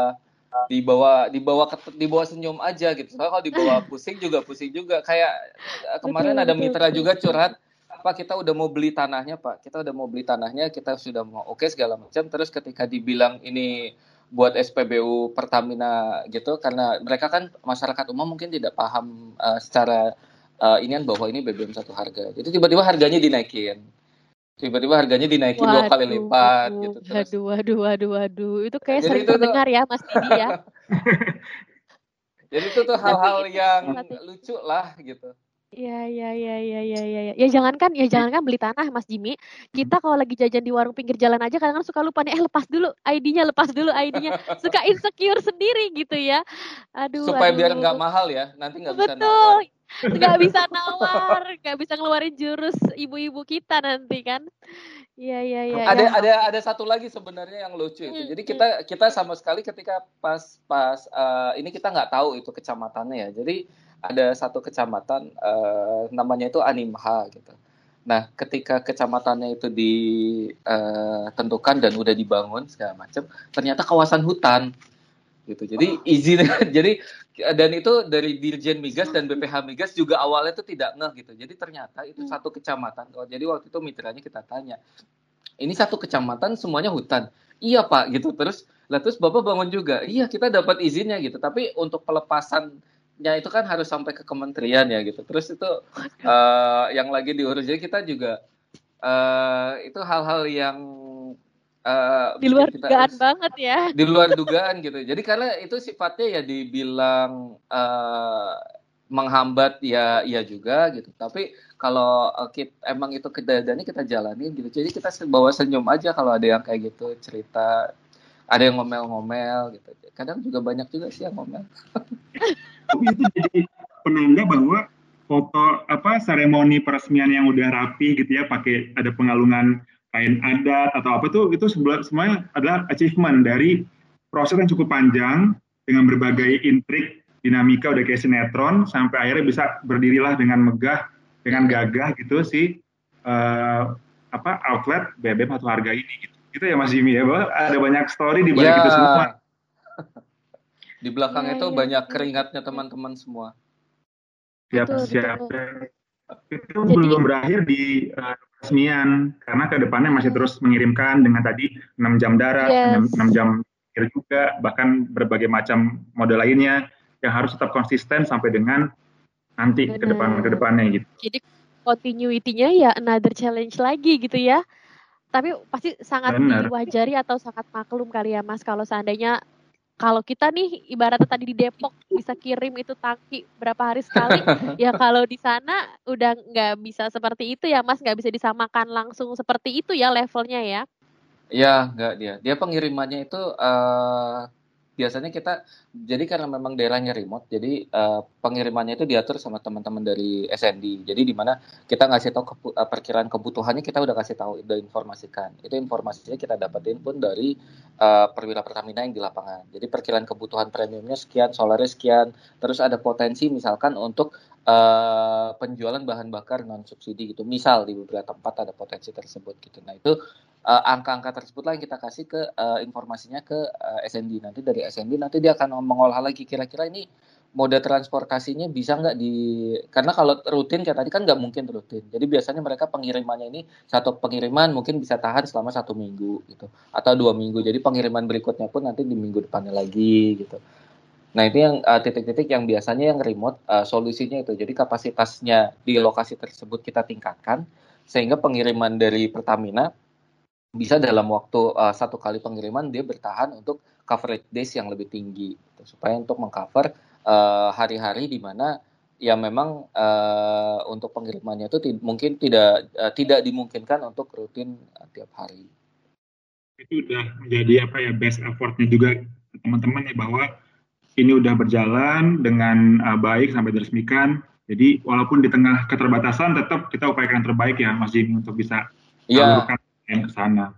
dibawa dibawa dibawa senyum aja gitu. Soalnya kalau dibawa pusing juga pusing juga. Kayak kemarin Betul, ada betul, mitra betul. juga curhat, Pak kita udah mau beli tanahnya Pak, kita udah mau beli tanahnya, kita sudah mau oke okay, segala macam. Terus ketika dibilang ini buat S P B U Pertamina gitu, karena mereka kan masyarakat umum mungkin tidak paham uh, secara uh, inian bahwa ini B B M satu harga. Jadi tiba-tiba harganya dinaikin. Tiba-tiba harganya dinaikin dua kali Waduh, lipat gitu. Terus waduh, waduh, waduh, waduh. Itu kayak jadi sering itu tuh terdengar ya, Mas Didi ya. jadi itu tuh Tapi hal-hal itu yang strategi. lucu lah gitu. Iya, iya, iya, iya, iya, iya. Ya Ya jangankan, ya jangankan beli tanah, Mas Jimmy. Kita kalau lagi jajan di warung pinggir jalan aja kadang-kadang suka lupa nih, eh lepas dulu I D-nya, lepas dulu I D-nya. Suka insecure sendiri gitu ya. Aduh, Supaya biar aduh. nggak mahal ya, nanti nggak bisa nawar. Betul. Nggak bisa nawar, nggak bisa ngeluarin jurus ibu-ibu kita nanti kan. Iya, iya, iya, ya. Ada ada ada satu lagi sebenarnya yang lucu itu. Hmm, Jadi hmm. kita kita sama sekali ketika pas pas uh, ini kita nggak tahu itu kecamatannya ya. Jadi ada satu kecamatan uh, namanya itu Animha gitu. Nah, ketika kecamatannya itu ditentukan dan udah dibangun segala macam, ternyata kawasan hutan gitu. Jadi izin jadi dan itu dari Dirjen Migas dan B P H Migas juga awalnya itu tidak ngeh gitu. Jadi ternyata itu satu kecamatan. Oh, jadi waktu itu mitranya kita tanya, ini satu kecamatan semuanya hutan. Iya Pak gitu. Terus lah terus Bapak bangun juga. Iya kita dapat izinnya gitu. Tapi untuk pelepasannya itu kan harus sampai ke kementerian ya gitu. Terus itu uh, yang lagi diurus. Jadi kita juga uh, itu hal-hal yang uh, Di luar bikin kita dugaan banget ya. di luar dugaan gitu. Jadi karena itu sifatnya ya dibilang uh, menghambat ya iya juga gitu. Tapi kalau uh, kita, emang itu kejadiannya kita jalanin gitu. Jadi kita bawa senyum aja kalau ada yang kayak gitu cerita, ada yang ngomel-ngomel gitu. Kadang juga banyak juga sih yang ngomel. Tapi itu jadi penanda bahwa foto apa seremoni peresmian yang udah rapi gitu ya, pakai ada pengalungan kain adat atau apa tuh, itu semuanya adalah achievement dari proses yang cukup panjang dengan berbagai intrik, dinamika udah kayak sinetron sampai akhirnya bisa berdirilah dengan megah, dengan gagah gitu sih uh, apa outlet B B M Satu Harga ini gitu. Gitu ya Mas Jimmy ya, bahwa ada banyak story di balik Ya. itu semua. Di belakang Ya, itu ya, banyak ya. keringatnya teman-teman semua. Siap, Betul, siap. betul. Itu Jadi- belum berakhir di uh, peresmian, karena ke depannya masih terus mengirimkan dengan tadi enam jam darat, Yes. enam jam air juga, bahkan berbagai macam mode lainnya yang harus tetap konsisten sampai dengan nanti ke Benar. depan ke depannya gitu. Jadi continuity-nya ya another challenge lagi gitu ya. Tapi pasti sangat Benar. diwajari atau sangat maklum kali ya Mas kalau seandainya kalau kita nih ibaratnya tadi di Depok bisa kirim itu tangki berapa hari sekali, ya kalau di sana udah nggak bisa seperti itu ya Mas, nggak bisa disamakan langsung seperti itu ya levelnya ya. Ya, enggak dia. Dia pengirimannya itu uh, biasanya kita, jadi karena memang daerahnya remote, jadi uh, pengirimannya itu diatur sama teman-teman dari S N D. Jadi di mana kita ngasih tahu kepu, uh, perkiraan kebutuhannya, kita udah kasih tahu, udah informasikan. Itu informasinya kita dapetin pun dari uh, perwira Pertamina yang di lapangan. Jadi perkiraan kebutuhan premiumnya sekian, solarnya sekian, terus ada potensi misalkan untuk uh, penjualan bahan bakar non subsidi gitu. Misal di beberapa tempat ada potensi tersebut gitu. Nah itu Uh, angka-angka tersebutlah yang kita kasih ke uh, informasinya ke uh, S N D. Nanti dari S N D nanti dia akan mengolah lagi kira-kira ini mode transportasinya bisa nggak di, karena kalau rutin kayak tadi kan nggak mungkin rutin. Jadi biasanya mereka pengirimannya ini satu pengiriman mungkin bisa tahan selama satu minggu gitu atau dua minggu. Jadi pengiriman berikutnya pun nanti di minggu depannya lagi gitu. Nah itu yang uh, titik-titik yang biasanya yang remote uh, solusinya itu. Jadi kapasitasnya di lokasi tersebut kita tingkatkan sehingga pengiriman dari Pertamina bisa dalam waktu uh, satu kali pengiriman dia bertahan untuk coverage days yang lebih tinggi gitu, supaya untuk mengcover uh, hari-hari di mana ya memang uh, untuk pengirimannya itu t- mungkin tidak uh, tidak dimungkinkan untuk rutin uh, tiap hari. Itu udah menjadi apa ya best effortnya juga teman-teman ya, bahwa ini udah berjalan dengan uh, baik sampai diresmikan. Jadi walaupun di tengah keterbatasan tetap kita upayakan yang terbaik ya Mas Jimmy untuk bisa salurkan yang ke sana.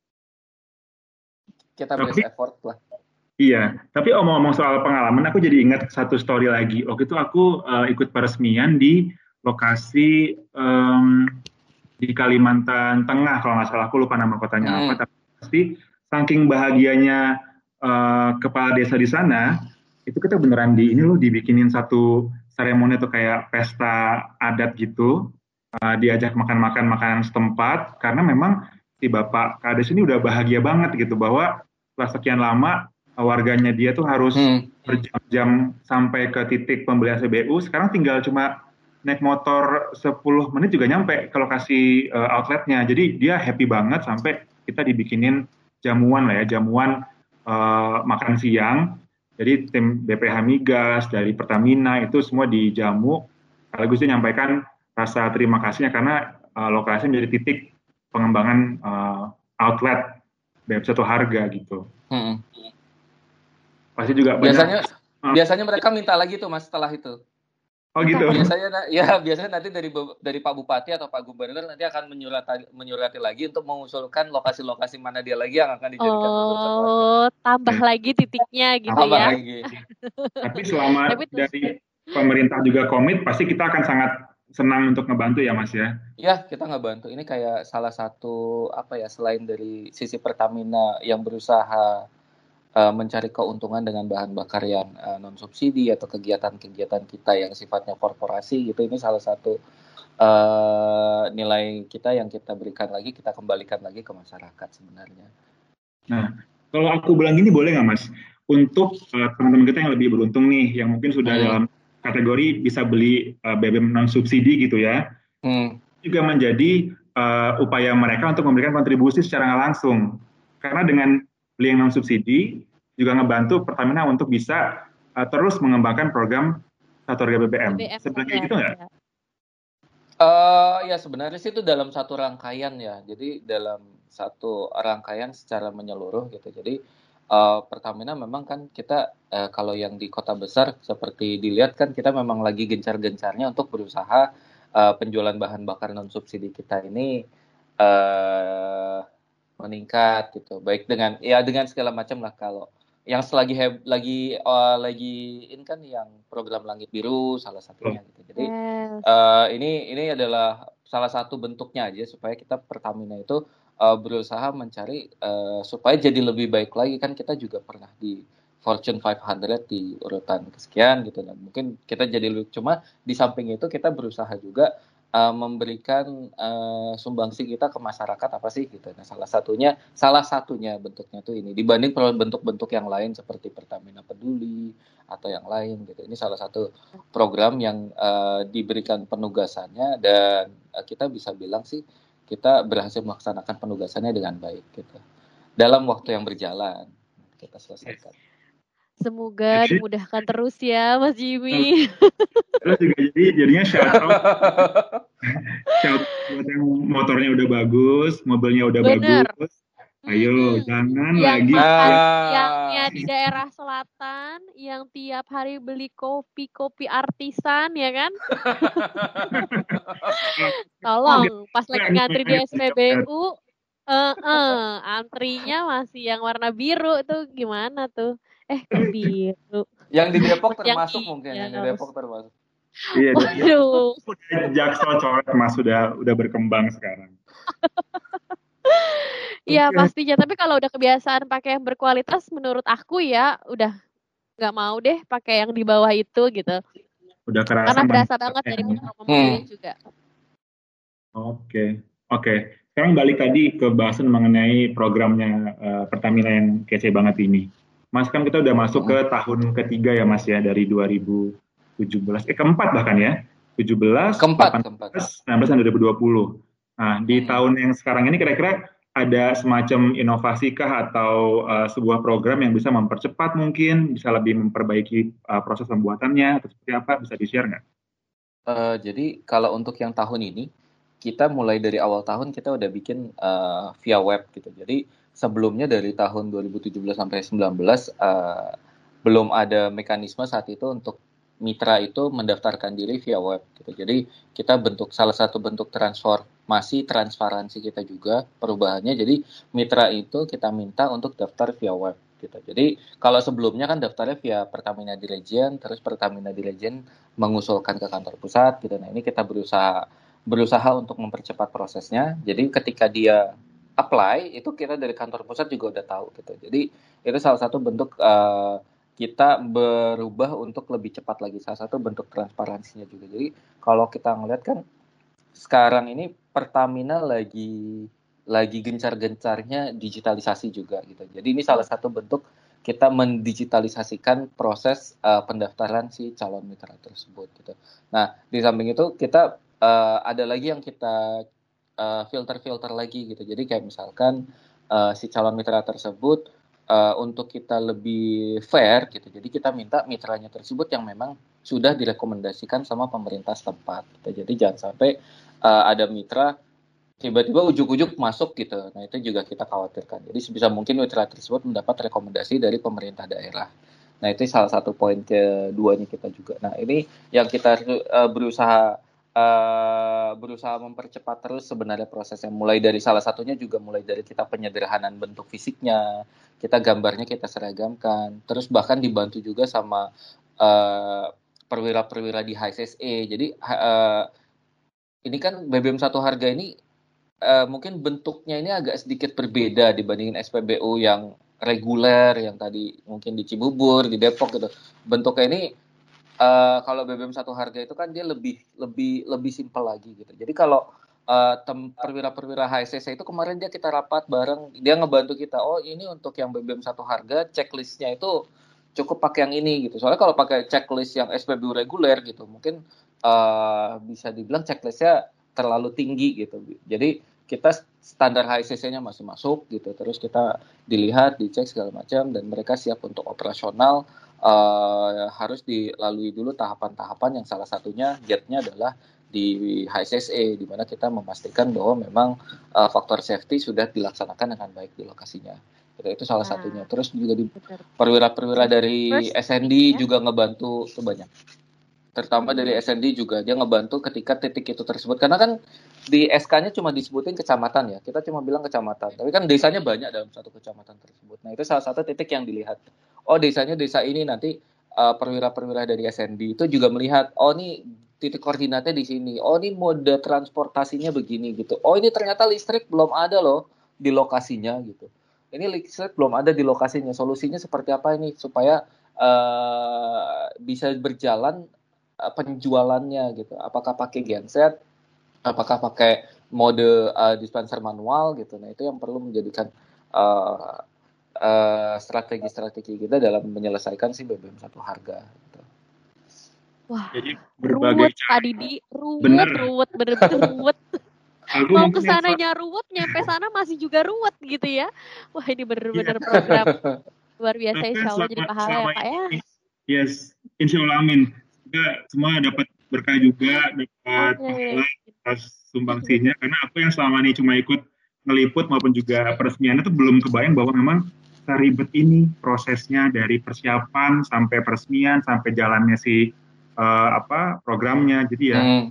Kita best effort lah. Iya, tapi omong-omong soal pengalaman, aku jadi ingat satu story lagi. Waktu itu aku uh, ikut peresmian di lokasi um, di Kalimantan Tengah, kalau nggak salah, aku lupa nama kotanya hmm. apa, tapi pasti saking bahagianya uh, kepala desa di sana, itu kita beneran di ini loh, dibikinin satu seremoni atau kayak pesta adat gitu, uh, diajak makan-makan makanan setempat, karena memang si Bapak Kades ini udah bahagia banget gitu, bahwa setelah sekian lama warganya dia tuh harus hmm. berjam-jam sampai ke titik pembelian S B U, sekarang tinggal cuma naik motor sepuluh menit juga nyampe ke lokasi uh, outletnya. Jadi dia happy banget sampai kita dibikinin jamuan lah ya, jamuan uh, makan siang. Jadi tim B P H Migas dari Pertamina itu semua dijamu. Sekaligus dia nyampaikan rasa terima kasihnya karena uh, lokasi menjadi titik pengembangan uh, outlet B B M Satu Harga gitu. Hmm. Pasti juga biasanya banyak, uh, biasanya mereka minta lagi tuh Mas setelah itu. Oh gitu. Biasanya ya biasanya nanti dari dari Pak Bupati atau Pak Gubernur nanti akan menyurati menyurati lagi untuk mengusulkan lokasi-lokasi mana dia lagi yang akan dijadikan. Oh, tambah lagi titiknya gitu tambah ya. Lagi. Tapi selama Tapi dari pemerintah juga komit, pasti kita akan sangat senang untuk ngebantu ya Mas ya. Iya, kita ngebantu. Ini kayak salah satu apa ya, selain dari sisi Pertamina yang berusaha uh, mencari keuntungan dengan bahan bakar yang uh, non subsidi atau kegiatan-kegiatan kita yang sifatnya korporasi gitu, ini salah satu uh, nilai kita yang kita berikan lagi, kita kembalikan lagi ke masyarakat sebenarnya. Nah, kalau aku bilang gini boleh nggak Mas? Untuk uh, teman-teman kita yang lebih beruntung nih, yang mungkin sudah hmm. dalam kategori bisa beli uh, B B M non subsidi gitu ya, hmm. juga menjadi uh, upaya mereka untuk memberikan kontribusi secara nggak langsung. Karena dengan beli yang non subsidi juga ngebantu Pertamina untuk bisa uh, terus mengembangkan program satu harga B B M. B B M Sebenarnya saja. gitu nggak? Ya. Uh, ya sebenarnya sih itu dalam satu rangkaian ya. Jadi dalam satu rangkaian secara menyeluruh gitu. Jadi uh, Pertamina memang kan kita uh, kalau yang di kota besar seperti dilihat kan kita memang lagi gencar-gencarnya untuk berusaha uh, penjualan bahan bakar non subsidi kita ini uh, meningkat gitu. Baik dengan ya dengan segala macam lah. Kalau yang selagi heb, lagi uh, lagi ini kan yang program Langit Biru salah satunya gitu. Jadi Yes. uh, ini ini adalah salah satu bentuknya aja supaya kita Pertamina itu uh, berusaha mencari uh, supaya jadi lebih baik lagi. Kan kita juga pernah di Fortune lima ratus di urutan kesekian gitu. Nah, mungkin kita jadi lebih, cuma di samping itu kita berusaha juga uh, memberikan uh, sumbangsi kita ke masyarakat apa sih gitu. Nah, salah satunya salah satunya bentuknya tuh ini dibanding bentuk-bentuk yang lain seperti Pertamina Peduli atau yang lain gitu. Ini salah satu program yang uh, diberikan penugasannya dan uh, kita bisa bilang sih kita berhasil melaksanakan penugasannya dengan baik gitu. Dalam waktu yang berjalan kita selesaikan. Semoga dimudahkan terus ya Mas Jimmy. Terus juga jadi jadinya shout out shout buat yang motornya udah bagus, mobilnya udah Bener. bagus. Ayo, hmm. jangan yang lagi makan Nah. siangnya di daerah selatan, yang tiap hari beli kopi-kopi artisan, ya kan? Tolong, pas lagi ngantri di S P B U, eh, eh, antrinya masih yang warna biru tuh gimana tuh? Eh, kok biru? Yang di Depok Mas yang termasuk mungkin, yang di Depok termasuk. Iya, Waduh. udah Jaksel coret Mas, sudah udah berkembang sekarang. Iya Oke. pastinya, tapi kalau udah kebiasaan pakai yang berkualitas, menurut aku ya udah nggak mau deh pakai yang di bawah itu gitu. Udah kerasa Karena berasa manfaatnya. banget dari mobilnya Hmm. juga. Oke, oke. Sekarang balik tadi ke bahasan mengenai programnya uh, Pertamina yang kece banget ini. Mas, kan kita udah masuk ke tahun ketiga ya Mas ya, dari dua ribu tujuh belas, eh keempat bahkan ya, tujuh belas, Keempat, delapan belas, sembilan belas, dan dua ribu dua puluh. Nah, di Hmm. tahun yang sekarang ini kira-kira ada semacam inovasi kah atau uh, sebuah program yang bisa mempercepat mungkin, bisa lebih memperbaiki uh, proses pembuatannya, atau seperti apa, bisa di-share nggak? Uh, jadi kalau untuk yang tahun ini, kita mulai dari awal tahun kita udah bikin uh, via web gitu. Jadi sebelumnya dari tahun dua ribu tujuh belas sampai sembilan belas uh, belum ada mekanisme saat itu untuk mitra itu mendaftarkan diri via web gitu. Jadi kita bentuk salah satu bentuk transformasi transparansi kita juga perubahannya. Jadi mitra itu kita minta untuk daftar via web gitu. Jadi kalau sebelumnya kan daftarnya via Pertamina Diregen, terus Pertamina Diregen mengusulkan ke kantor pusat gitu. Nah, ini kita berusaha berusaha untuk mempercepat prosesnya. Jadi ketika dia apply, itu kita dari kantor pusat juga udah tahu gitu. Jadi itu salah satu bentuk uh, kita berubah untuk lebih cepat lagi. Salah satu bentuk transparansinya juga. Jadi kalau kita ngeliat kan sekarang ini Pertamina lagi lagi gencar-gencarnya digitalisasi juga gitu. Jadi ini salah satu bentuk kita mendigitalisasikan proses uh, pendaftaran si calon mitra tersebut gitu. Nah, di samping itu kita uh, ada lagi yang kita uh, filter-filter lagi gitu. Jadi kayak misalkan uh, si calon mitra tersebut uh, untuk kita lebih fair gitu. Jadi kita minta mitranya tersebut yang memang sudah direkomendasikan sama pemerintah setempat. Gitu. Jadi jangan sampai uh, ada mitra tiba-tiba ujuk-ujuk masuk gitu. Nah, itu juga kita khawatirkan. Jadi sebisa mungkin mitra tersebut mendapat rekomendasi dari pemerintah daerah. Nah, itu salah satu poin keduanya kita juga. Nah, ini yang kita uh, berusaha uh, berusaha mempercepat terus sebenarnya prosesnya. Mulai dari salah satunya juga mulai dari kita penyederhanaan bentuk fisiknya, kita gambarnya kita seragamkan. Terus bahkan dibantu juga sama uh, perwira-perwira di H S S E. Jadi uh, ini kan B B M satu harga ini Uh, mungkin bentuknya ini agak sedikit berbeda dibandingin S P B U yang reguler yang tadi mungkin di Cibubur, di Depok gitu. Bentuknya ini uh, kalau B B M satu harga itu kan dia lebih lebih lebih simpel lagi gitu. Jadi kalau uh, tem- perwira-perwira H S S itu kemarin dia kita rapat bareng, dia ngebantu kita. Oh, ini untuk yang B B M satu harga checklistnya itu cukup pakai yang ini gitu. Soalnya kalau pakai checklist yang S P B U reguler gitu, mungkin uh, bisa dibilang checklistnya terlalu tinggi gitu. Jadi kita standar H S S E-nya masih masuk gitu. Terus kita dilihat, dicek segala macam dan mereka siap untuk operasional uh, harus dilalui dulu tahapan-tahapan yang salah satunya gate-nya adalah di H S S E, di mana kita memastikan bahwa memang uh, faktor safety sudah dilaksanakan dengan baik di lokasinya. Itu, itu salah Nah, satunya. Terus juga di bener. perwira-perwira dari First S N D ya. juga ngebantu itu banyak. Terutama Hmm. dari S N D juga dia ngebantu ketika titik itu tersebut. Karena kan di S K-nya cuma disebutin kecamatan ya. Kita cuma bilang kecamatan. Tapi kan desanya banyak dalam satu kecamatan tersebut. Nah, itu salah satu titik yang dilihat. Oh, desanya desa ini nanti uh, perwira-perwira dari S N D itu juga melihat, oh ini titik koordinatnya di sini. Oh, ini mode transportasinya begini gitu. Oh, ini ternyata listrik belum ada loh di lokasinya gitu. Ini listrik belum ada di lokasinya. Solusinya seperti apa ini supaya uh, bisa berjalan uh, penjualannya gitu. Apakah pakai genset? Apakah pakai mode uh, dispenser manual gitu. Nah, itu yang perlu menjadikan uh, uh, strategi-strategi kita dalam menyelesaikan si B B M satu harga gitu. Wah, Jadi ruwet berbagai Pak Didi, ruwet, Bener. ruwet, bener-bener ruwet. Aku Mau mungkin kesananya ruwet, nyampe sana masih juga ruwet gitu ya. Wah, ini bener-bener program luar biasa, Tapi insya Allah selama, jadi pahala selama ya Pak ya. ini, yes, insya Allah amin. Kita semua dapat berkah juga, dapat Amin. pahala atas sumbangsinya. Karena aku yang selama ini cuma ikut ngeliput maupun juga peresmiannya itu belum kebayang bahwa memang seribet ini prosesnya dari persiapan sampai peresmian sampai jalannya si uh, apa programnya. Jadi ya Hmm.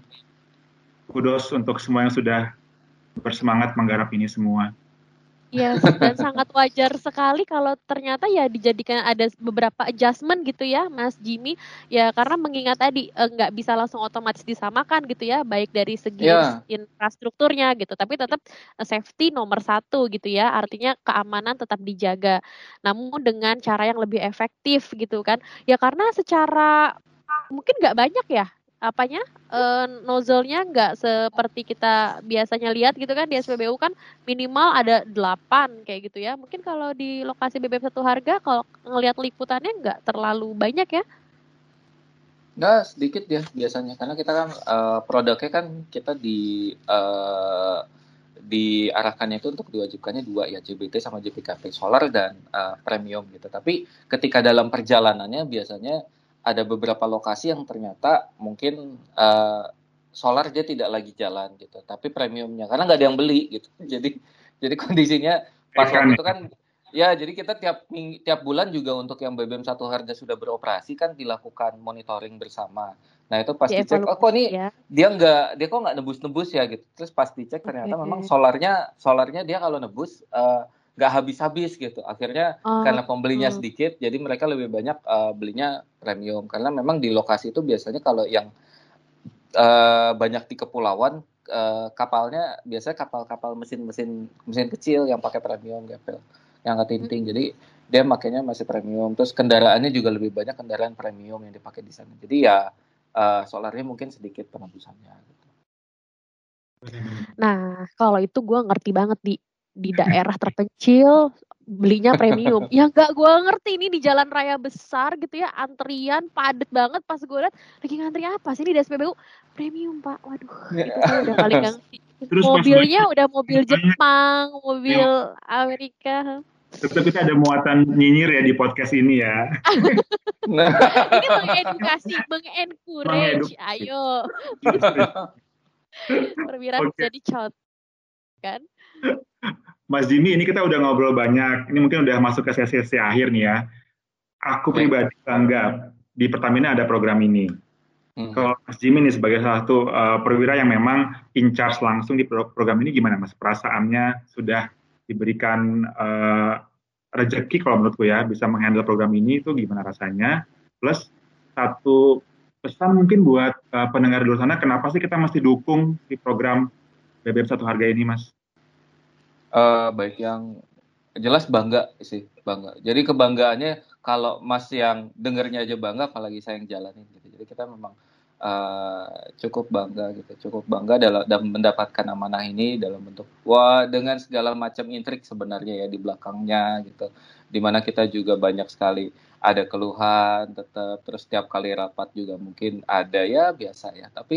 kudos untuk semua yang sudah bersemangat menggarap ini semua. Yes, dan sangat wajar sekali kalau ternyata ya dijadikan ada beberapa adjustment gitu ya, Mas Jimmy. Ya karena mengingat tadi eh, nggak bisa langsung otomatis disamakan gitu ya, baik dari segi Ya. infrastrukturnya gitu, tapi tetap eh, safety nomor satu gitu ya. Artinya keamanan tetap dijaga, namun dengan cara yang lebih efektif gitu kan. Ya karena secara mungkin nggak banyak ya apanya eh, nozzle-nya nggak seperti kita biasanya lihat gitu kan, di S P B U kan minimal ada delapan kayak gitu ya. Mungkin kalau di lokasi B B M satu harga kalau ngelihat liputannya nggak terlalu banyak ya. Nggak, sedikit ya biasanya. Karena kita kan uh, produknya kan kita di uh, diarahkannya itu untuk diwajibkannya dua ya, J B T sama J P K P, solar dan uh, premium gitu. Tapi ketika dalam perjalanannya biasanya ada beberapa lokasi yang ternyata mungkin uh, solar dia tidak lagi jalan gitu, tapi premiumnya karena nggak ada yang beli gitu. Jadi jadi kondisinya pas waktu itu kan ya, jadi kita tiap tiap bulan juga untuk yang B B M satu harga sudah beroperasi kan dilakukan monitoring bersama. Nah itu pas dicek, oh kok nih Ya. dia nggak dia kok nggak nebus-nebus ya gitu. Terus pas dicek ternyata Oke. memang solarnya solarnya dia kalau nebus uh, nggak habis-habis gitu. Akhirnya Oh. karena pembelinya sedikit, jadi mereka lebih banyak uh, belinya premium. Karena memang di lokasi itu biasanya kalau yang uh, banyak di kepulauan uh, kapalnya biasanya kapal-kapal mesin-mesin mesin kecil yang pakai premium gapel, yang nggak tinting. Jadi dia makanya masih premium. Terus kendaraannya juga lebih banyak kendaraan premium yang dipakai di sana. Jadi ya uh, solarnya mungkin sedikit penebusannya. Gitu. Nah kalau itu gue ngerti banget di di daerah terpencil belinya premium. Ya enggak, gue ngerti ini di jalan raya besar gitu ya, antrian padet banget. Pas gue lihat lagi ngantri apa sih ini di S P B U premium Pak. Waduh, itu saya udah paling ngerti. Mobilnya udah mobil Jepang, mobil Amerika. Tetap kita ada muatan nyinyir ya di podcast ini ya. Ini mengedukasi, mengencourage. Ayo. Perwira okay. Bisa dicontoh kan. Mas Jimmy, ini kita udah ngobrol banyak. Ini mungkin udah masuk ke sesi-sesi akhir nih ya. Aku yeah. pribadi bangga di Pertamina ada program ini. Hmm. Kalau Mas Jimmy nih sebagai salah satu uh, perwira yang memang in charge langsung di program ini, gimana Mas? Perasaannya sudah diberikan uh, rezeki kalau menurutku ya, bisa menghandle program ini itu gimana rasanya? Plus satu pesan mungkin buat uh, pendengar di luar sana, kenapa sih kita mesti dukung di program B B M satu harga ini, Mas? Uh, baik, yang jelas bangga sih, bangga. Jadi kebanggaannya kalau Mas yang dengernya aja bangga, apalagi saya yang jalanin gitu. Jadi kita memang uh, cukup bangga gitu, cukup bangga dalam, dalam mendapatkan amanah ini dalam bentuk wah dengan segala macam intrik sebenarnya ya di belakangnya gitu. Dimana kita juga banyak sekali ada keluhan tetap, terus setiap kali rapat juga mungkin ada ya biasa ya. Tapi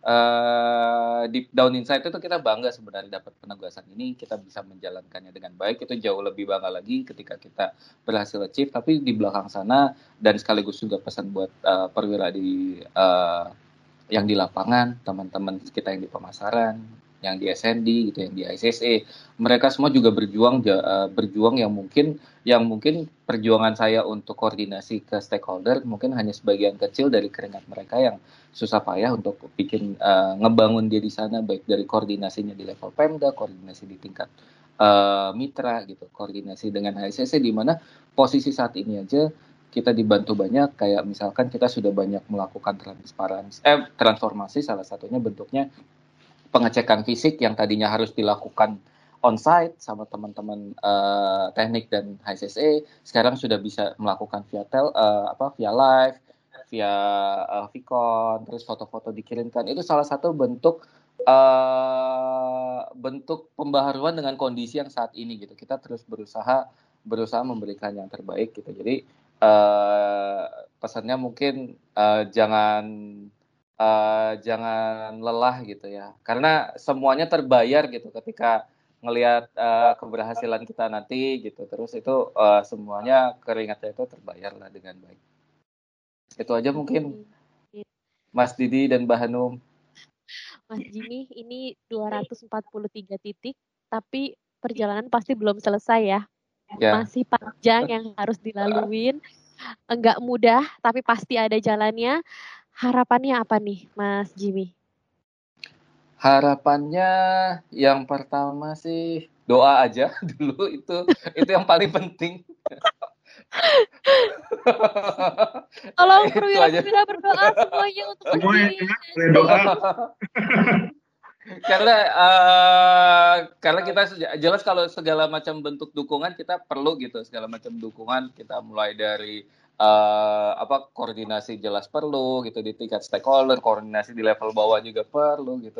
uh, deep down inside itu kita bangga sebenarnya dapat penugasan ini, kita bisa menjalankannya dengan baik. Itu jauh lebih bangga lagi ketika kita berhasil achieve. Tapi di belakang sana, dan sekaligus juga pesan buat uh, perwira di uh, yang di lapangan, teman-teman kita yang di pemasaran, yang di S N D gitu, yang di I C S E, mereka semua juga berjuang uh, berjuang yang mungkin yang mungkin perjuangan saya untuk koordinasi ke stakeholder mungkin hanya sebagian kecil dari keringat mereka yang susah payah untuk bikin uh, ngebangun dia di sana, baik dari koordinasinya di level Pemda, koordinasi di tingkat uh, mitra gitu, koordinasi dengan I C S E, di mana posisi saat ini aja kita dibantu banyak, kayak misalkan kita sudah banyak melakukan transparansi eh transformasi, salah satunya bentuknya pengecekan fisik yang tadinya harus dilakukan on-site sama teman-teman uh, teknik dan H S S E, sekarang sudah bisa melakukan via tel, uh, apa via live, via uh, Vicon, terus foto-foto dikirimkan. Itu salah satu bentuk uh, bentuk pembaharuan dengan kondisi yang saat ini gitu. Kita terus berusaha berusaha memberikan yang terbaik gitu. Jadi uh, pesannya mungkin uh, jangan Uh, jangan lelah gitu ya, karena semuanya terbayar gitu ketika ngelihat uh, keberhasilan kita nanti gitu, terus itu uh, semuanya keringatnya itu terbayar lah dengan baik. Itu aja mungkin Mas Didi dan Mbak Hanum. Mas Jimmy, ini dua ratus empat puluh tiga titik, tapi perjalanan pasti belum selesai ya, ya. Masih panjang yang harus dilaluin, enggak mudah tapi pasti ada jalannya. Harapannya apa nih, Mas Jimmy? Harapannya yang pertama sih doa aja dulu, itu itu yang paling penting. Tolong perwira-perwira berdoa semuanya untuk Mas Jimmy. Doa. Karena uh, karena kita jelas kalau segala macam bentuk dukungan kita perlu gitu, segala macam dukungan kita mulai dari Uh, apa koordinasi jelas perlu gitu di tingkat stakeholder, koordinasi di level bawah juga perlu gitu.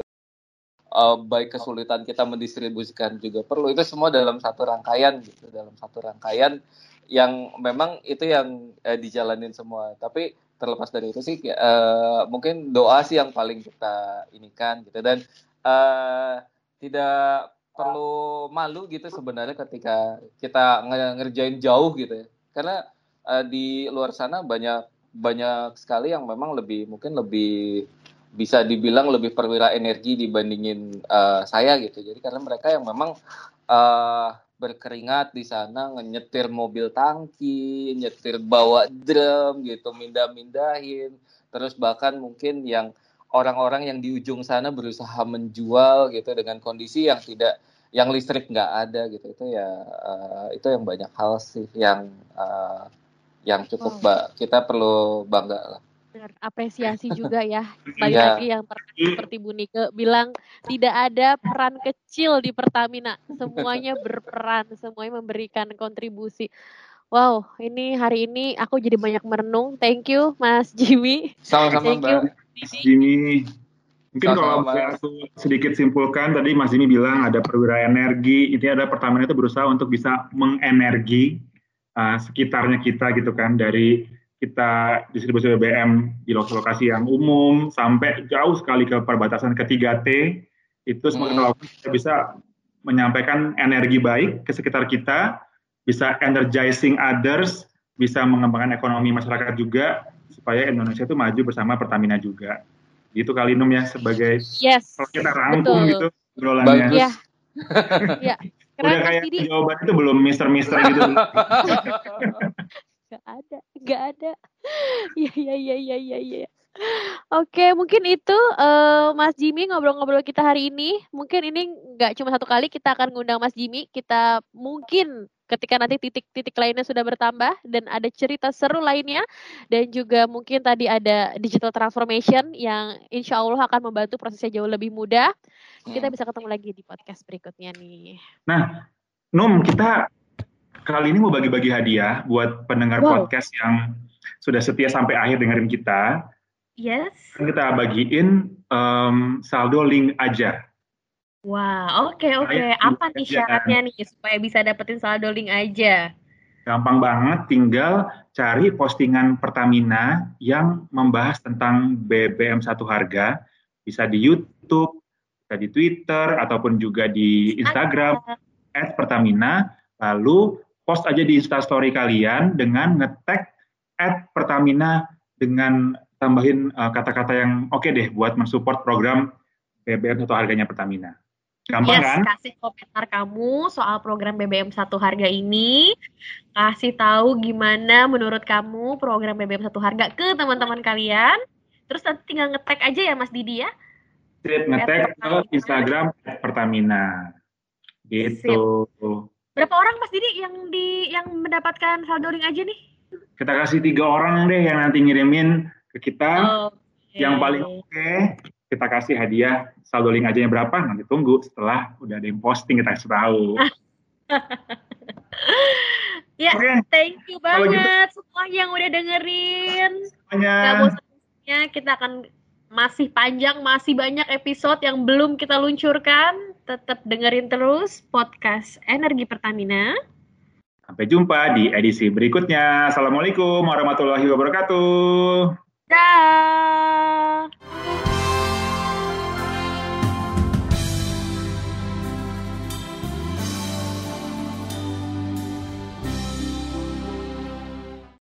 Uh, baik kesulitan kita mendistribusikan juga perlu. Itu semua dalam satu rangkaian gitu, dalam satu rangkaian yang memang itu yang uh, dijalanin semua. Tapi terlepas dari itu sih, uh, mungkin doa sih yang paling kita inikan gitu, dan uh, tidak perlu malu gitu sebenarnya ketika kita ngerjain jauh gitu ya, karena Uh, di luar sana banyak banyak sekali yang memang lebih mungkin lebih bisa dibilang lebih perwira energi dibandingin uh, saya gitu. Jadi karena mereka yang memang uh, berkeringat di sana, nyetir mobil tangki, nyetir bawa drum gitu, mindah-mindahin, terus bahkan mungkin yang orang-orang yang di ujung sana berusaha menjual gitu dengan kondisi yang tidak, yang listrik nggak ada gitu. Itu ya uh, itu yang banyak hal sih yang uh, yang cukup oh. kita perlu bangga lah. Benar, apresiasi juga ya. Balik yeah. lagi yang seperti Bu Nike bilang, tidak ada peran kecil di Pertamina. Semuanya berperan, semuanya memberikan kontribusi. Wow, ini hari ini aku jadi banyak merenung. Thank you Mas Jimmy. Sama-sama Thank Mbak. you Mas Jimmy. Mungkin kalau aku sedikit simpulkan, tadi Mas Jimmy bilang ada perwira energi, ini ada Pertamina itu berusaha untuk bisa mengenergi Uh, sekitarnya kita gitu kan, dari kita distribusi B B M di lokasi yang umum sampai jauh sekali ke perbatasan ke tiga T, itu semua kita lakukan, kita bisa menyampaikan energi baik ke sekitar kita, bisa energizing others, bisa mengembangkan ekonomi masyarakat juga, supaya Indonesia itu maju bersama Pertamina juga. Gitu kali Num ya, sebagai yes, kalau kita rangkum betul. gitu obrolannya. Iya. Iya. Udah kayak Didi. Jawaban itu belum mister-mister gitu. Gak ada, gak ada. Iya, iya, iya, iya, iya, iya. Oke, mungkin itu uh, Mas Jimmy ngobrol-ngobrol kita hari ini. Mungkin ini nggak cuma satu kali, kita akan ngundang Mas Jimmy. Kita mungkin ketika nanti titik-titik lainnya sudah bertambah dan ada cerita seru lainnya, dan juga mungkin tadi ada digital transformation yang insya Allah akan membantu prosesnya jauh lebih mudah. Kita bisa ketemu lagi di podcast berikutnya nih. Nah, Num, kita kali ini mau bagi-bagi hadiah buat pendengar wow. podcast yang sudah setia sampai akhir dengerin kita. Yes. Kita bagiin um, saldo link aja. Wah, oke okay, oke. Okay. Apa nih syaratnya nih supaya bisa dapetin saldo link aja? Gampang banget, tinggal cari postingan Pertamina yang membahas tentang B B M satu harga. Bisa di YouTube, bisa di Twitter, ataupun juga di Instagram, at Pertamina. Lalu post aja di Instastory kalian dengan nge-tag at Pertamina dengan tambahin uh, kata-kata yang oke okay deh buat mensupport program B B M satu harganya Pertamina. Gampang yes, kan? Kasih komentar kamu soal program B B M satu harga ini. Kasih tahu gimana menurut kamu program B B M satu harga ke teman-teman kalian. Terus nanti tinggal nge-tag aja ya Mas Didi ya. Sip, nge-tag ke Instagram Pertamina. Gitu. Sip. Berapa orang Mas Didi yang di yang mendapatkan saldo ring aja nih? Kita kasih tiga orang deh yang nanti ngirimin ke kita. Okay. Yang paling oke, okay, kita kasih hadiah saldo link aja yang berapa, nanti tunggu setelah udah ada yang posting kita kasih tahu. Ya, okay. Thank you banget gitu, semua yang udah dengerin. Semuanya. Gak bosan-bosannya, kita akan masih panjang, masih banyak episode yang belum kita luncurkan. Tetap dengerin terus podcast Energi Pertamina. Sampai jumpa di edisi berikutnya. Assalamualaikum warahmatullahi wabarakatuh. Dah.